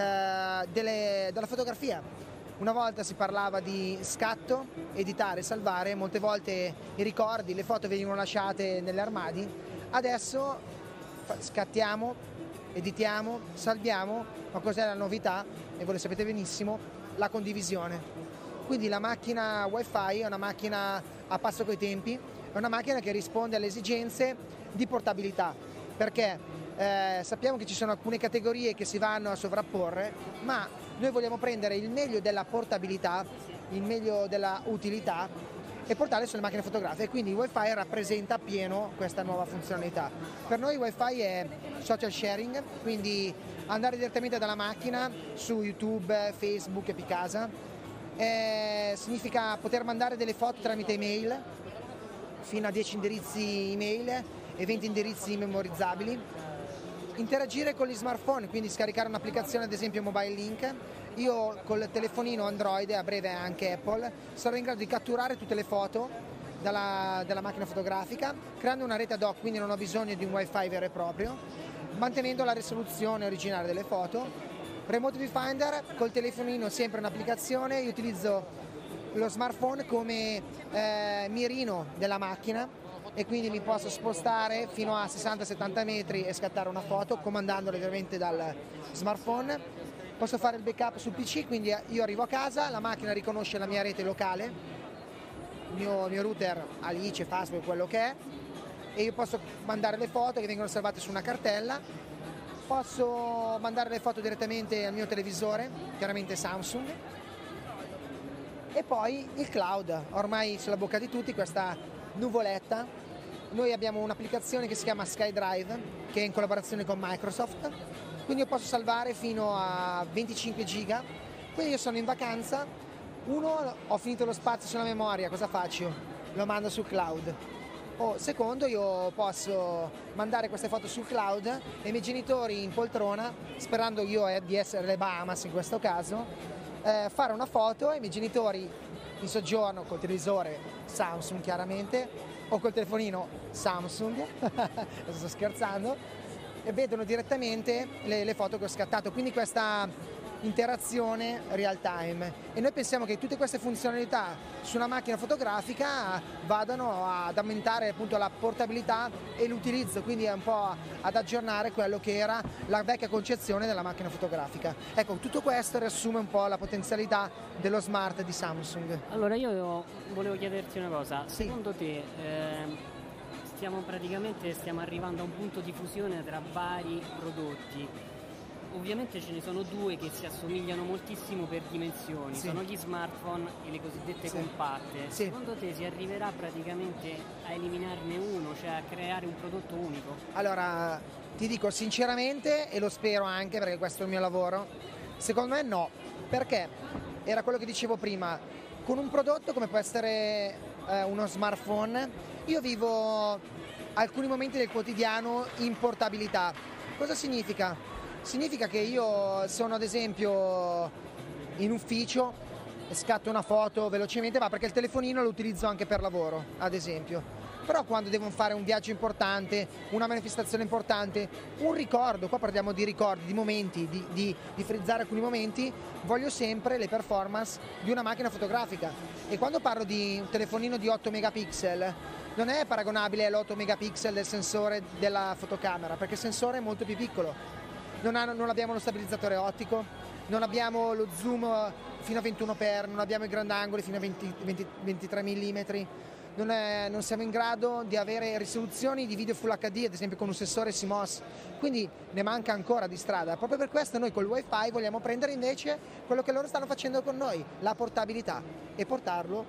della fotografia. Una volta si parlava di scatto, editare, salvare, molte volte i ricordi, le foto venivano lasciate negli armadi, adesso scattiamo, editiamo, salviamo, ma cos'è la novità? E voi lo sapete benissimo, la condivisione. Quindi la macchina Wi-Fi è una macchina a passo coi tempi, è una macchina che risponde alle esigenze di portabilità, perché sappiamo che ci sono alcune categorie che si vanno a sovrapporre, ma noi vogliamo prendere il meglio della portabilità, il meglio della utilità e portarle sulle macchine fotografiche, quindi il Wi-Fi rappresenta appieno questa nuova funzionalità. Per noi Wi-Fi è social sharing, quindi andare direttamente dalla macchina su YouTube, Facebook e Picasa, significa poter mandare delle foto tramite email, fino a 10 indirizzi email e 20 indirizzi memorizzabili, interagire con gli smartphone, quindi scaricare un'applicazione, ad esempio Mobile Link. Io col telefonino Android, a breve anche Apple, sarò in grado di catturare tutte le foto dalla macchina fotografica, creando una rete ad hoc, quindi non ho bisogno di un Wi-Fi vero e proprio, mantenendo la risoluzione originale delle foto. Remote Viewfinder col telefonino, sempre un'applicazione, io utilizzo lo smartphone come mirino della macchina e quindi mi posso spostare fino a 60-70 metri e scattare una foto comandandolo ovviamente dal smartphone. Posso fare il backup sul PC, quindi io arrivo a casa, la macchina riconosce la mia rete locale, il mio router Alice, Fastweb, quello che è, e io posso mandare le foto che vengono salvate su una cartella. Posso mandare le foto direttamente al mio televisore, chiaramente Samsung, e poi il cloud, ormai sulla bocca di tutti, questa nuvoletta. Noi abbiamo un'applicazione che si chiama SkyDrive, che è in collaborazione con Microsoft, quindi io posso salvare fino a 25 giga, quindi io sono in vacanza, ho finito lo spazio sulla memoria, cosa faccio? Lo mando sul cloud. Secondo, io posso mandare queste foto sul cloud e i miei genitori in poltrona, sperando io di essere le Bahamas in questo caso, fare una foto e i miei genitori in soggiorno col televisore Samsung chiaramente, o col telefonino Samsung, sto scherzando, e vedono direttamente le foto che ho scattato, quindi questa interazione real time, e noi pensiamo che tutte queste funzionalità su una macchina fotografica vadano ad aumentare appunto la portabilità e l'utilizzo, quindi è un po' ad aggiornare quello che era la vecchia concezione della macchina fotografica. Ecco, tutto questo riassume un po' la potenzialità dello Smart di Samsung. Allora io volevo chiederti una cosa, secondo te stiamo arrivando a un punto di fusione tra vari prodotti? Ovviamente ce ne sono due che si assomigliano moltissimo per dimensioni, sono gli smartphone e le cosiddette compatte. Secondo te si arriverà praticamente a eliminarne uno, cioè a creare un prodotto unico? Allora, ti dico sinceramente, e lo spero anche perché questo è il mio lavoro, secondo me no, perché era quello che dicevo prima, con un prodotto come può essere uno smartphone, io vivo alcuni momenti del quotidiano in portabilità. Cosa significa? Significa che io sono ad esempio in ufficio e scatto una foto velocemente, ma perché il telefonino lo utilizzo anche per lavoro, ad esempio. Però quando devo fare un viaggio importante, una manifestazione importante, un ricordo, qua parliamo di ricordi, di momenti, di frizzare alcuni momenti, voglio sempre le performance di una macchina fotografica. E quando parlo di un telefonino di 8 megapixel, non è paragonabile all'8 megapixel del sensore della fotocamera, perché il sensore è molto più piccolo. Non abbiamo lo stabilizzatore ottico, non abbiamo lo zoom fino a 21x, non abbiamo i grandangoli fino a 23 mm, non siamo in grado di avere risoluzioni di video Full HD, ad esempio con un sensore CMOS, quindi ne manca ancora di strada. Proprio per questo noi col Wi-Fi vogliamo prendere invece quello che loro stanno facendo con noi, la portabilità, e portarlo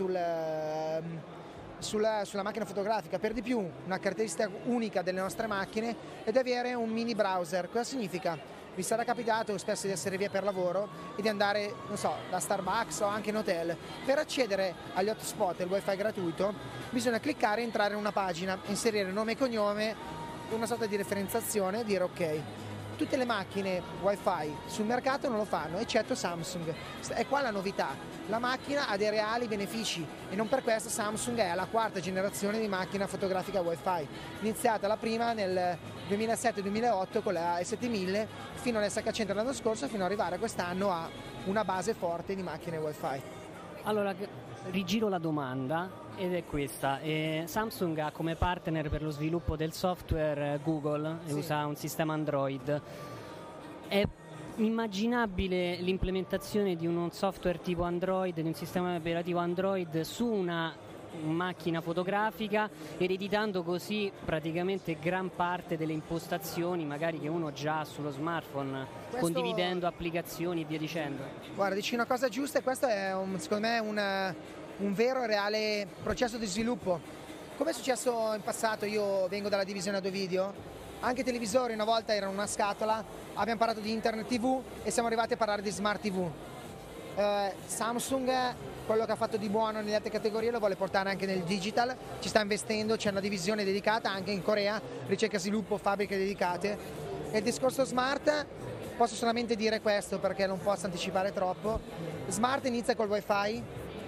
sulla macchina fotografica. Per di più, una caratteristica unica delle nostre macchine è di avere un mini browser. Cosa significa? Vi sarà capitato spesso di essere via per lavoro e di andare, non so, da Starbucks o anche in hotel. Per accedere agli hotspot e al wifi gratuito bisogna cliccare, entrare in una pagina, inserire nome e cognome, una sorta di referenziazione e dire ok. Tutte le macchine wifi sul mercato non lo fanno, eccetto Samsung. È qua la novità. La macchina ha dei reali benefici e non per questo Samsung è alla quarta generazione di macchina fotografica wifi, iniziata la prima nel 2007-2008 con la S7000 fino all'SH100 l'anno scorso, fino ad arrivare quest'anno a una base forte di macchine wifi. Allora, rigiro la domanda ed è questa. Samsung ha come partner per lo sviluppo del software Google e usa un sistema Android. È immaginabile l'implementazione di un software tipo Android, di un sistema operativo Android su una macchina fotografica, ereditando così praticamente gran parte delle impostazioni magari che uno già ha sullo smartphone, condividendo applicazioni e via dicendo? Guarda, dici una cosa giusta, e questo è secondo me un vero e reale processo di sviluppo. Come è successo in passato, io vengo dalla divisione audio video, anche i televisori una volta erano una scatola, abbiamo parlato di internet TV e siamo arrivati a parlare di smart TV. Samsung, quello che ha fatto di buono nelle altre categorie, lo vuole portare anche nel digital, ci sta investendo, c'è una divisione dedicata anche in Corea, ricerca e sviluppo, fabbriche dedicate. E il discorso smart, posso solamente dire questo perché non posso anticipare troppo, smart inizia col wifi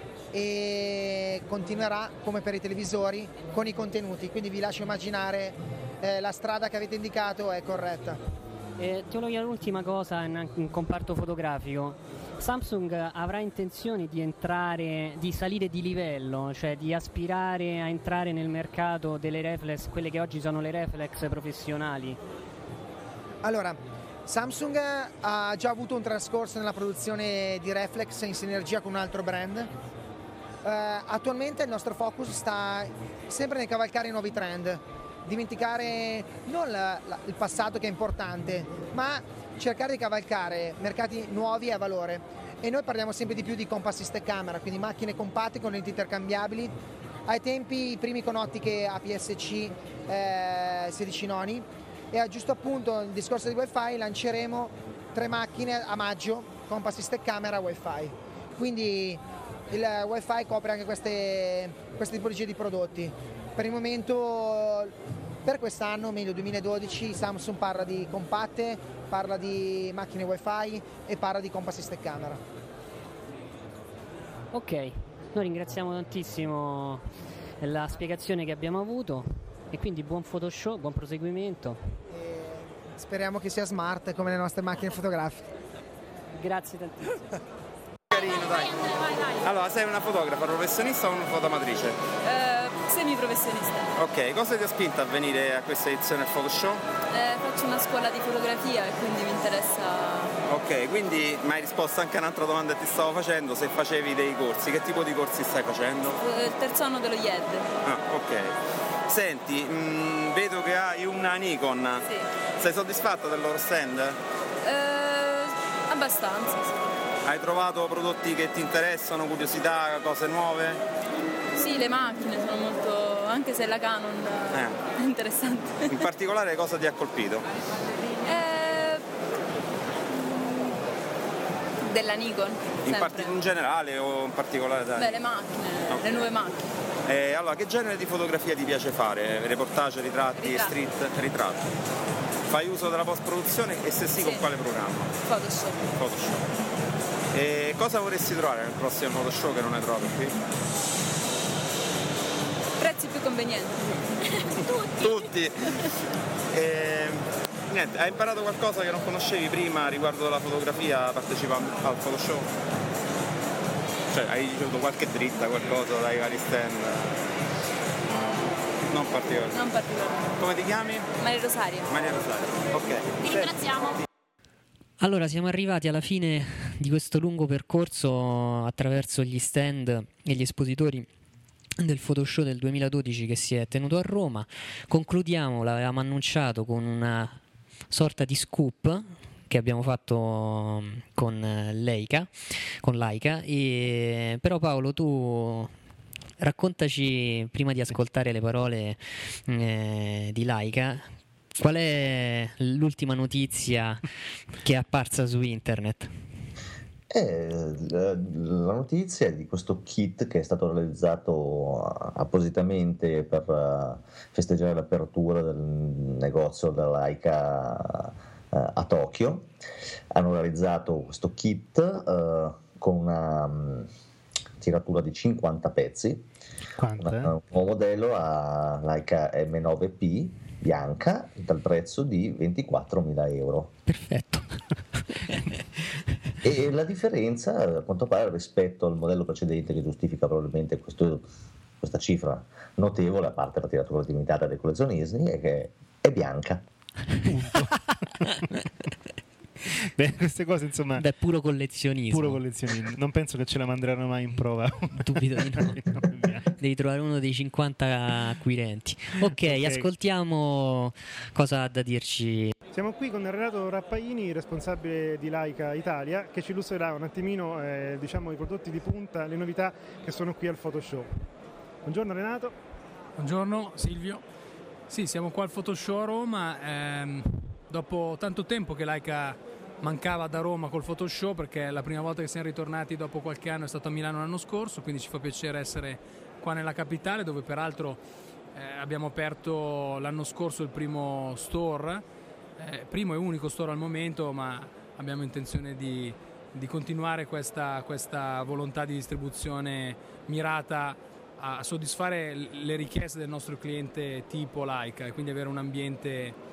e continuerà come per i televisori con i contenuti, quindi vi lascio immaginare la strada che avete indicato è corretta. Ti voglio chiedere l'ultima cosa in comparto fotografico. Samsung avrà intenzione di salire di livello, cioè di aspirare a entrare nel mercato delle reflex, quelle che oggi sono le reflex professionali? Allora, Samsung ha già avuto un trascorso nella produzione di reflex in sinergia con un altro brand. Attualmente il nostro focus sta sempre nel cavalcare i nuovi trend, dimenticare non il passato che è importante, ma cercare di cavalcare mercati nuovi e a valore. E noi parliamo sempre di più di compact system camera, quindi macchine compatte con lenti intercambiabili. Ai tempi i primi con ottiche APS-C 16 noni, e a giusto appunto il discorso di wifi lanceremo 3 macchine a maggio compact system camera wifi. Quindi il wifi copre anche queste tipologie di prodotti. Per il momento, per quest'anno, meglio 2012, Samsung parla di compatte, parla di macchine wifi e parla di compact system camera. Ok, noi ringraziamo tantissimo la spiegazione che abbiamo avuto e quindi buon Photoshop, buon proseguimento. Speriamo che sia smart come le nostre macchine fotografiche. Grazie tantissimo. Carino, dai. Allora, sei una fotografa professionista o una fotoamatrice? Semi-professionista. Ok, cosa ti ha spinto a venire a questa edizione del Photoshop? Faccio una scuola di fotografia e quindi mi interessa. Ok, quindi mi hai risposto anche a un'altra domanda che ti stavo facendo, se facevi dei corsi, che tipo di corsi stai facendo? Il terzo anno dello IED. Ah, ok. Senti, vedo che hai una Nikon. Sì. Sei soddisfatta del loro stand? Abbastanza, sì. Hai trovato prodotti che ti interessano, curiosità, cose nuove? Sì, le macchine sono molto, anche se la Canon è interessante. In particolare cosa ti ha colpito? Della Nikon, In generale o in particolare? Beh, le macchine, okay. Le nuove macchine. Allora, che genere di fotografia ti piace fare? Reportage, ritratti, street? Ritratti. Fai uso della post-produzione e se sì, con quale programma? Photoshop. E cosa vorresti trovare nel prossimo Photoshop che non hai trovato qui? Prezzi più convenienti. Tutti. Niente, hai imparato qualcosa che non conoscevi prima riguardo la fotografia partecipando al Photoshop? Cioè, hai ricevuto qualche dritta, qualcosa dai vari stand? Non particolare. Non particolare. Come ti chiami? Maria Rosaria. Maria Rosaria, ok. Ti ringraziamo. Allora, siamo arrivati alla fine di questo lungo percorso attraverso gli stand e gli espositori del Photoshop del 2012 che si è tenuto a Roma. Concludiamo, l'avevamo annunciato, con una sorta di scoop che abbiamo fatto con Leica, però Paolo, tu raccontaci, prima di ascoltare le parole di Leica, qual è l'ultima notizia che è apparsa su internet? La notizia è di questo kit che è stato realizzato appositamente per festeggiare l'apertura del negozio della Leica a Tokyo. Hanno realizzato questo kit con una tiratura di 50 pezzi. Un nuovo modello a Leica M9P bianca dal prezzo di 24.000 euro. Perfetto. E la differenza, a quanto pare, rispetto al modello precedente, che giustifica probabilmente questa cifra notevole, a parte la tiratura limitata dei collezionisti, è che è bianca. Beh, queste cose, insomma, è puro collezionismo. Non penso che ce la manderanno mai in prova. Dubito di no. Devi trovare uno dei 50 acquirenti. Ok, ascoltiamo cosa ha da dirci. Siamo qui con Renato Rappaini, responsabile di Leica Italia, che ci illustrerà un attimino i prodotti di punta, le novità che sono qui al Photoshop. Buongiorno Renato. Buongiorno Silvio. Sì, siamo qua al Photoshop a Roma. Dopo tanto tempo che Leica mancava da Roma col Photoshop, perché la prima volta che siamo ritornati dopo qualche anno è stato a Milano l'anno scorso, quindi ci fa piacere essere qua nella capitale, dove peraltro abbiamo aperto l'anno scorso il primo store, primo e unico store al momento, ma abbiamo intenzione di continuare questa volontà di distribuzione mirata a soddisfare le richieste del nostro cliente tipo Leica, e quindi avere un ambiente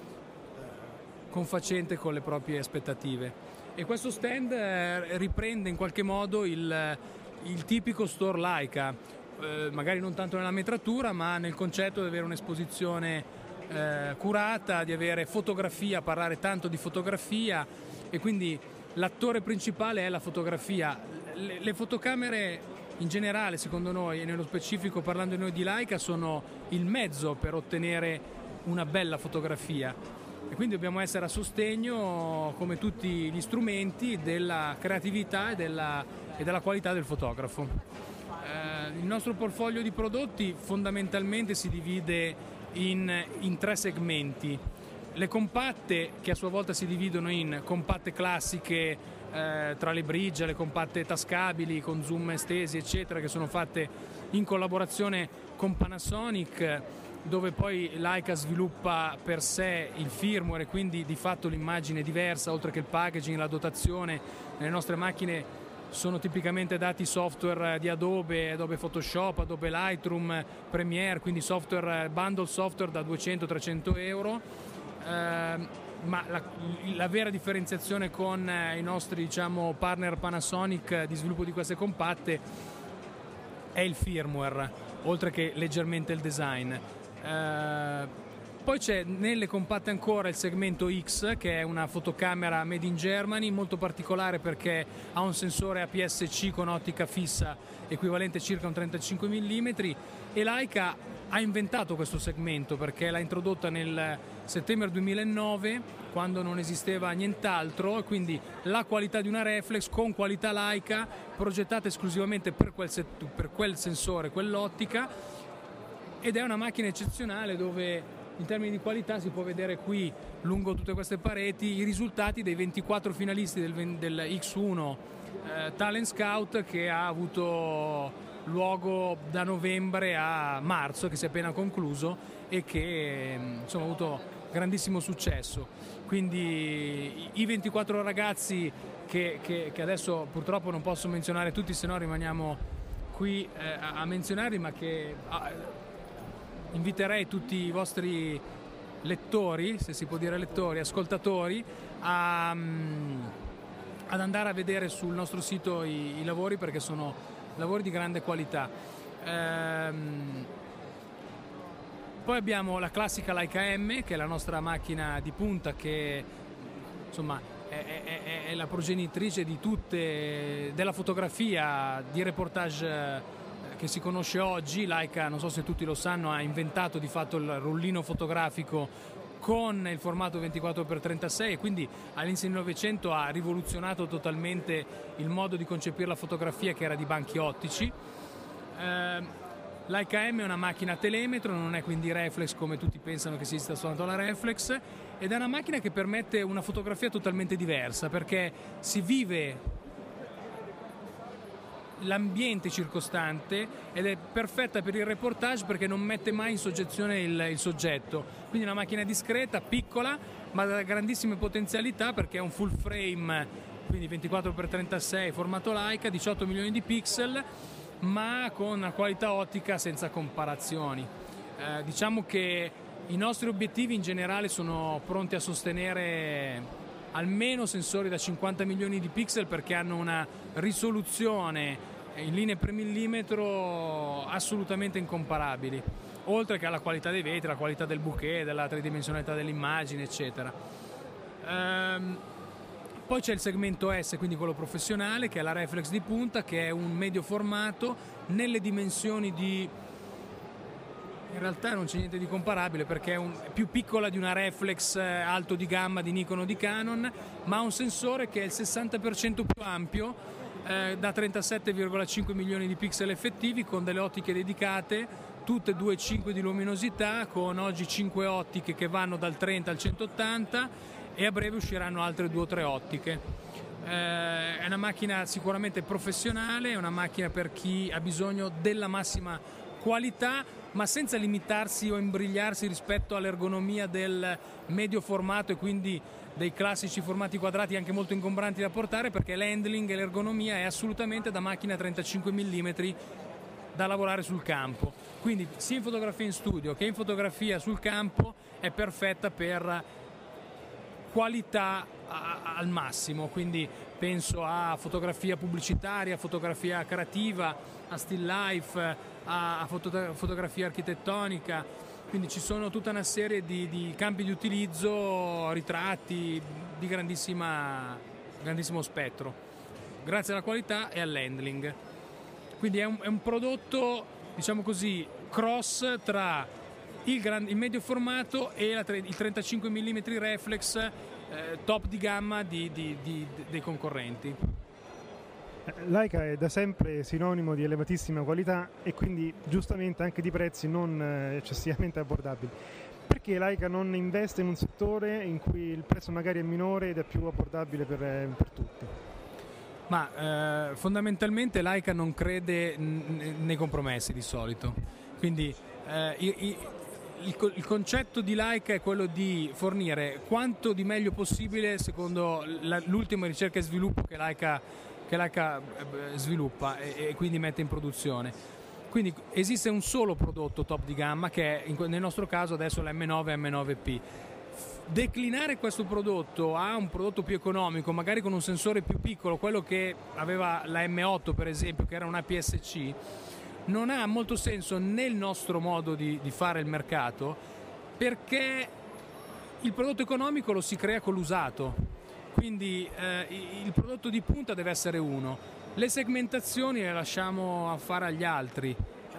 confacente con le proprie aspettative. E questo stand riprende in qualche modo il tipico store Leica, magari non tanto nella metratura, ma nel concetto di avere un'esposizione curata, di avere fotografia, parlare tanto di fotografia, e quindi l'attore principale è la fotografia. Le fotocamere in generale, secondo noi, e nello specifico parlando noi di Leica, sono il mezzo per ottenere una bella fotografia, e quindi dobbiamo essere a sostegno, come tutti gli strumenti, della creatività e della qualità del fotografo. Il nostro portfolio di prodotti fondamentalmente si divide in tre segmenti: le compatte, che a sua volta si dividono in compatte classiche tra le briglie, le compatte tascabili con zoom estesi eccetera, che sono fatte in collaborazione con Panasonic, dove poi Leica sviluppa per sé il firmware e quindi di fatto l'immagine diversa, oltre che il packaging, la dotazione. Nelle nostre macchine sono tipicamente dati software di Adobe Photoshop, Adobe Lightroom, Premiere, quindi bundle software da 200-300 euro. ma la vera differenziazione con i nostri, diciamo, partner Panasonic di sviluppo di queste compatte è il firmware, oltre che leggermente il design. Poi c'è nelle compatte ancora il segmento X, che è una fotocamera made in Germany, molto particolare perché ha un sensore APS-C con ottica fissa equivalente circa un 35 mm, e Leica ha inventato questo segmento perché l'ha introdotta nel settembre 2009, quando non esisteva nient'altro, e quindi la qualità di una reflex con qualità Leica, progettata esclusivamente per quel sensore, quell'ottica, ed è una macchina eccezionale dove in termini di qualità si può vedere qui lungo tutte queste pareti i risultati dei 24 finalisti del X1 Talent Scout, che ha avuto luogo da novembre a marzo, che si è appena concluso e che insomma ha avuto grandissimo successo. Quindi i 24 ragazzi che adesso purtroppo non posso menzionare tutti, se no rimaniamo qui a menzionarli, ma che inviterei tutti i vostri lettori, se si può dire lettori, ascoltatori, ad andare a vedere sul nostro sito i lavori, perché sono lavori di grande qualità. Poi abbiamo la classica Leica M, che è la nostra macchina di punta, che insomma è la progenitrice di della fotografia di reportage che si conosce oggi. Leica, non so se tutti lo sanno, ha inventato di fatto il rullino fotografico con il formato 24x36, e quindi all'inizio del Novecento ha rivoluzionato totalmente il modo di concepire la fotografia, che era di banchi ottici. Leica M è una macchina telemetro, non è quindi reflex come tutti pensano che esista soltanto la reflex, ed è una macchina che permette una fotografia totalmente diversa, perché si vive l'ambiente circostante ed è perfetta per il reportage perché non mette mai in soggezione il soggetto. Quindi una macchina discreta, piccola, ma da grandissime potenzialità, perché è un full frame, quindi 24x36 formato Leica, 18 milioni di pixel, ma con una qualità ottica senza comparazioni. Diciamo che i nostri obiettivi in generale sono pronti a sostenere almeno sensori da 50 milioni di pixel, perché hanno una risoluzione in linee per millimetro assolutamente incomparabili, oltre che alla qualità dei vetri, la qualità del bokeh, della tridimensionalità dell'immagine, eccetera. Poi c'è il segmento S, quindi quello professionale, che è la reflex di punta, che è un medio formato nelle dimensioni di... In realtà non c'è niente di comparabile, perché è più piccola di una reflex alto di gamma di Nikon o di Canon, ma ha un sensore che è il 60% più ampio, da 37,5 milioni di pixel effettivi, con delle ottiche dedicate, tutte 2,5 di luminosità, con oggi 5 ottiche che vanno dal 30 al 180, e a breve usciranno altre 2 o 3 ottiche. È una macchina sicuramente professionale, è una macchina per chi ha bisogno della massima qualità, ma senza limitarsi o imbrigliarsi rispetto all'ergonomia del medio formato e quindi dei classici formati quadrati anche molto ingombranti da portare, perché l'handling e l'ergonomia è assolutamente da macchina 35 mm da lavorare sul campo. Quindi sia in fotografia in studio che in fotografia sul campo è perfetta per qualità al massimo, quindi penso a fotografia pubblicitaria, fotografia creativa, a still life, a fotografia architettonica, quindi ci sono tutta una serie di campi di utilizzo, ritratti di grandissimo spettro, grazie alla qualità e all'handling. Quindi è un prodotto, diciamo così, cross tra il medio formato e il 35 mm reflex top di gamma dei concorrenti. Leica è da sempre sinonimo di elevatissima qualità e quindi giustamente anche di prezzi non eccessivamente abbordabili. Perché Leica non investe in un settore in cui il prezzo magari è minore ed è più abbordabile per tutti? Ma fondamentalmente Leica non crede nei compromessi di solito, quindi il concetto di Leica è quello di fornire quanto di meglio possibile secondo l'ultima ricerca e sviluppo che Leica sviluppa e quindi mette in produzione. Quindi esiste un solo prodotto top di gamma, che è nel nostro caso adesso l'M9 e M9P. declinare questo prodotto a un prodotto più economico, magari con un sensore più piccolo, quello che aveva la M8 per esempio, che era un APS-C, non ha molto senso nel nostro modo di fare il mercato, perché il prodotto economico lo si crea con l'usato, quindi il prodotto di punta deve essere uno, le segmentazioni le lasciamo a fare agli altri.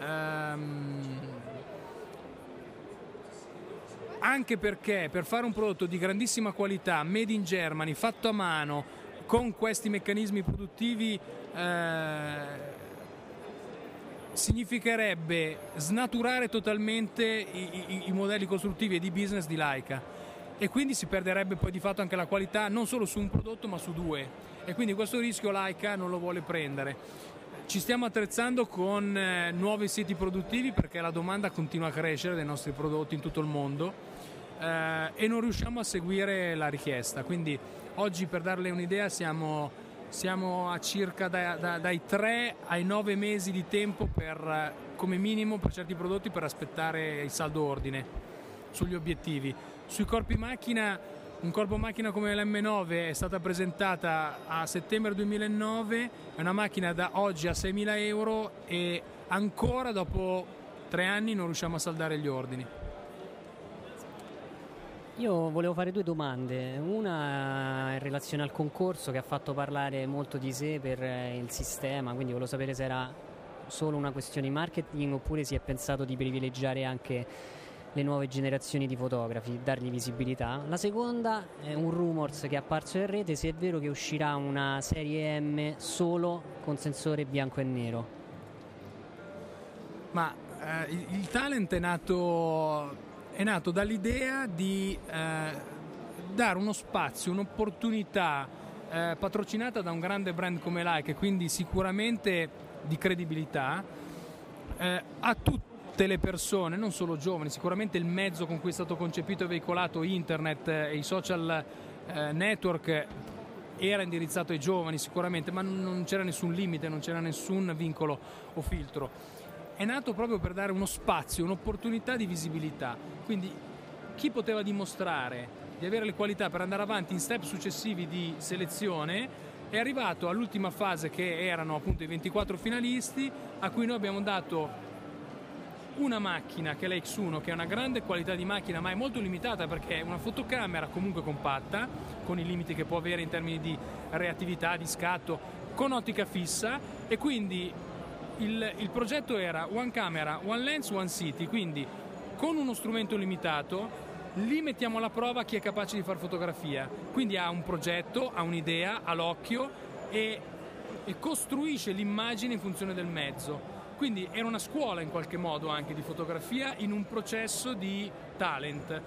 Anche perché per fare un prodotto di grandissima qualità, made in Germany, fatto a mano, con questi meccanismi produttivi, significherebbe snaturare totalmente i modelli costruttivi e di business di Leica, e quindi si perderebbe poi di fatto anche la qualità non solo su un prodotto ma su due, e quindi questo rischio Leica non lo vuole prendere. Ci stiamo attrezzando con nuovi siti produttivi perché la domanda continua a crescere dei nostri prodotti in tutto il mondo, e non riusciamo a seguire la richiesta, quindi oggi, per darle un'idea, siamo a circa dai 3 ai 9 mesi di tempo come minimo per certi prodotti, per aspettare il saldo ordine sugli obiettivi. Sui corpi macchina, un corpo macchina come l'M9 è stata presentata a settembre 2009, è una macchina da oggi a 6.000 euro e ancora dopo 3 anni non riusciamo a saldare gli ordini. Io volevo fare 2 domande, una in relazione al concorso che ha fatto parlare molto di sé per il sistema, quindi volevo sapere se era solo una questione di marketing oppure si è pensato di privilegiare anche le nuove generazioni di fotografi, dargli visibilità. La seconda è un rumors che è apparso in rete, se è vero che uscirà una serie M solo con sensore bianco e nero. Ma il talent è nato dall'idea di dare uno spazio, un'opportunità patrocinata da un grande brand come Leica, quindi sicuramente di credibilità, a tutte le persone, non solo giovani. Sicuramente il mezzo con cui è stato concepito e veicolato internet e i social network era indirizzato ai giovani sicuramente, ma non c'era nessun limite, non c'era nessun vincolo o filtro. È nato proprio per dare uno spazio, un'opportunità di visibilità, quindi chi poteva dimostrare di avere le qualità per andare avanti in step successivi di selezione è arrivato all'ultima fase, che erano appunto i 24 finalisti, a cui noi abbiamo dato una macchina che è la X1, che è una grande qualità di macchina ma è molto limitata perché è una fotocamera comunque compatta, con i limiti che può avere in termini di reattività, di scatto, con ottica fissa, e quindi il progetto era one camera, one lens, one city, quindi con uno strumento limitato lì mettiamo alla prova chi è capace di fare fotografia, quindi ha un progetto, ha un'idea, ha l'occhio e costruisce l'immagine in funzione del mezzo. Quindi era una scuola in qualche modo anche di fotografia in un processo di talent.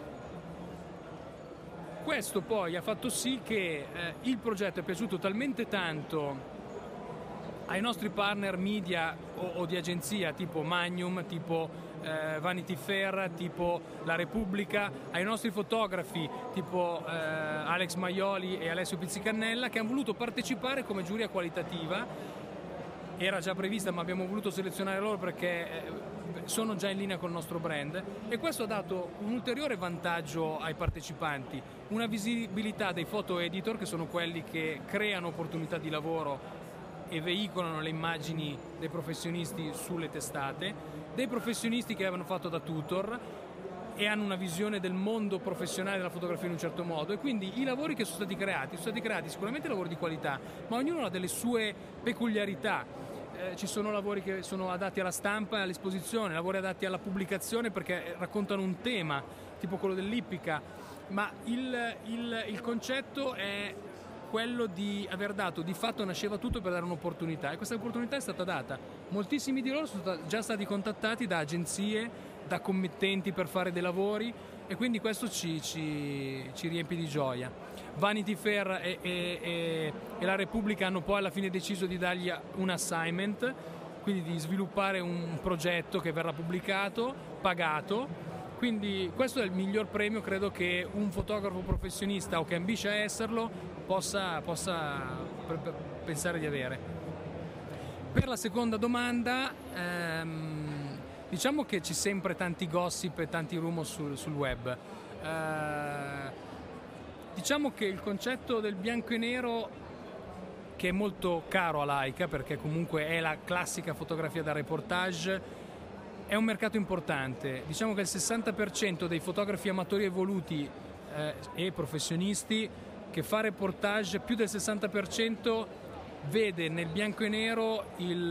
Questo poi ha fatto sì che il progetto è piaciuto talmente tanto ai nostri partner media o di agenzia tipo Magnum, tipo Vanity Fair, tipo La Repubblica, ai nostri fotografi tipo Alex Maioli e Alessio Pizzicannella, che hanno voluto partecipare come giuria qualitativa. Era già prevista ma abbiamo voluto selezionare loro perché sono già in linea col nostro brand, e questo ha dato un ulteriore vantaggio ai partecipanti, una visibilità dei photo editor, che sono quelli che creano opportunità di lavoro e veicolano le immagini dei professionisti sulle testate, dei professionisti che avevano fatto da tutor e hanno una visione del mondo professionale della fotografia in un certo modo, e quindi i lavori che sono stati creati sicuramente lavori di qualità, ma ognuno ha delle sue peculiarità. Ci sono lavori che sono adatti alla stampa e all'esposizione, lavori adatti alla pubblicazione perché raccontano un tema, tipo quello dell'ippica, ma il concetto è quello di aver dato, di fatto nasceva tutto per dare un'opportunità, e questa opportunità è stata data. Moltissimi di loro sono già stati contattati da agenzie, da committenti per fare dei lavori, e quindi questo ci riempie di gioia. Vanity Fair e La Repubblica hanno poi alla fine deciso di dargli un assignment, quindi di sviluppare un progetto che verrà pubblicato, pagato, quindi questo è il miglior premio credo che un fotografo professionista o che ambisce a esserlo possa pensare di avere. Per la seconda domanda, diciamo che c'è sempre tanti gossip e tanti rumor sul web. Diciamo che il concetto del bianco e nero, che è molto caro a Leica perché comunque è la classica fotografia da reportage, è un mercato importante. Diciamo che il 60% dei fotografi amatori evoluti e professionisti che fa reportage, più del 60% vede nel bianco e nero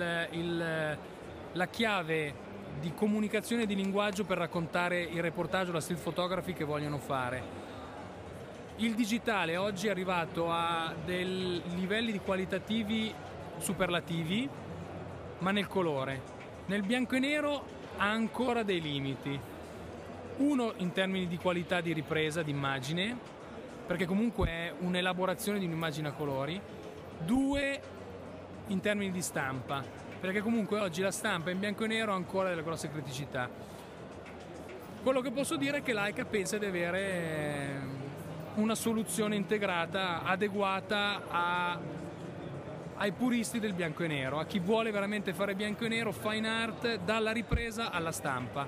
la chiave di comunicazione e di linguaggio per raccontare il reportage o la street photography che vogliono fare. Il digitale oggi è arrivato a dei livelli di qualitativi superlativi, ma nel colore. Nel bianco e nero ha ancora dei limiti. Uno, in termini di qualità di ripresa, di immagine, perché comunque è un'elaborazione di un'immagine a colori. Due, in termini di stampa, perché comunque oggi la stampa in bianco e nero ha ancora delle grosse criticità. Quello che posso dire è che Leica pensa di avere una soluzione integrata, adeguata ai puristi del bianco e nero, a chi vuole veramente fare bianco e nero, fine art, dalla ripresa alla stampa.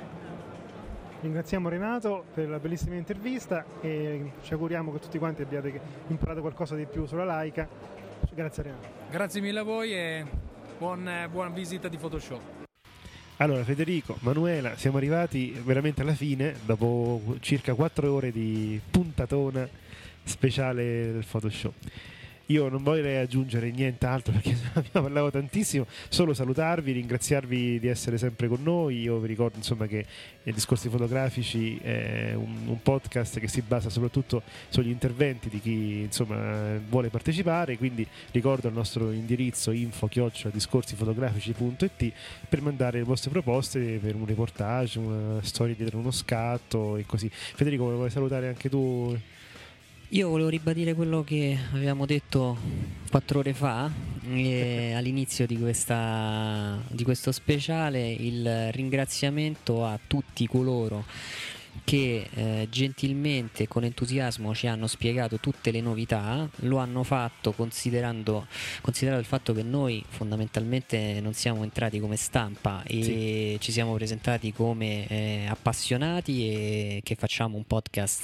Ringraziamo Renato per la bellissima intervista e ci auguriamo che tutti quanti abbiate imparato qualcosa di più sulla Leica. Grazie Renato. Grazie mille a voi e buona visita di Photoshop. Allora Federico, Manuela, siamo arrivati veramente alla fine dopo circa 4 ore di puntatona speciale del Photoshop. Io non vorrei aggiungere nient'altro perché abbiamo parlato tantissimo, solo salutarvi, ringraziarvi di essere sempre con noi. Io vi ricordo insomma che Discorsi Fotografici è un podcast che si basa soprattutto sugli interventi di chi insomma vuole partecipare, quindi ricordo il nostro indirizzo info@discorsifotografici.it per mandare le vostre proposte per un reportage, una storia dietro uno scatto e così. Federico, vuoi salutare anche tu? Io volevo ribadire quello che avevamo detto 4 ore fa all'inizio di questo speciale, il ringraziamento a tutti coloro che gentilmente, con entusiasmo ci hanno spiegato tutte le novità. Lo hanno fatto considerato il fatto che noi fondamentalmente non siamo entrati come stampa e ci siamo presentati come appassionati e che facciamo un podcast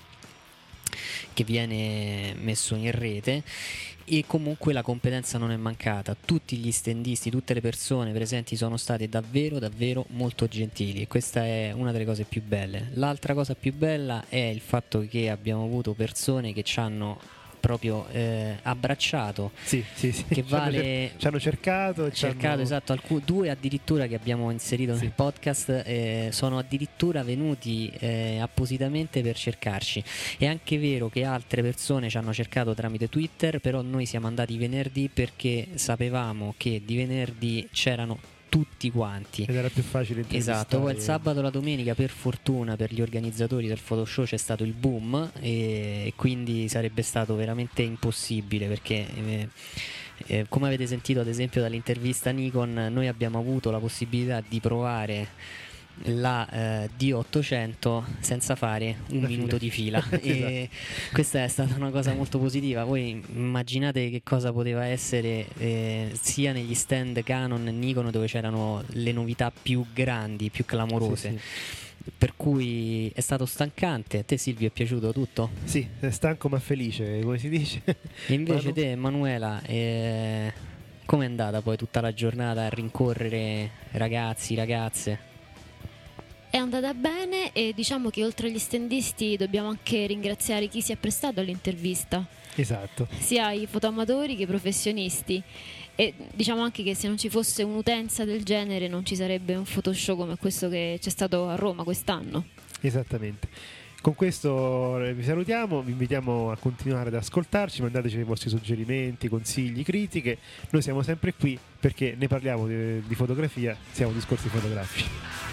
che viene messo in rete, e comunque la competenza non è mancata. Tutti gli standisti, tutte le persone presenti sono state davvero molto gentili e questa è una delle cose più belle. L'altra cosa più bella è il fatto che abbiamo avuto persone che ci hanno proprio abbracciato, che vale, ci hanno cercato, esatto, due addirittura che abbiamo inserito nel podcast sono addirittura venuti appositamente per cercarci. È anche vero che altre persone ci hanno cercato tramite Twitter, però noi siamo andati venerdì perché sapevamo che di venerdì c'erano tutti quanti ed era più facile intervistare. Esatto, poi il sabato e la domenica per fortuna per gli organizzatori del Photoshop c'è stato il boom e quindi sarebbe stato veramente impossibile perché come avete sentito ad esempio dall'intervista Nikon, noi abbiamo avuto la possibilità di provare la D800 senza fare un minuto di fila e questa è stata una cosa molto positiva. Voi immaginate che cosa poteva essere sia negli stand Canon e Nikon dove c'erano le novità più grandi, più clamorose. Per cui è stato stancante. A te Silvio è piaciuto tutto? Sì, è stanco ma felice, come si dice. E invece te Emanuela, com'è andata poi tutta la giornata a rincorrere ragazzi, ragazze? È andata bene e diciamo che oltre agli standisti dobbiamo anche ringraziare chi si è prestato all'intervista. Esatto. Sia i fotoamatori che i professionisti. E diciamo anche che se non ci fosse un'utenza del genere non ci sarebbe un Photoshop come questo che c'è stato a Roma quest'anno. Esattamente. Con questo vi salutiamo, vi invitiamo a continuare ad ascoltarci, mandateci i vostri suggerimenti, consigli, critiche. Noi siamo sempre qui perché ne parliamo di fotografia, siamo Discorsi Fotografici.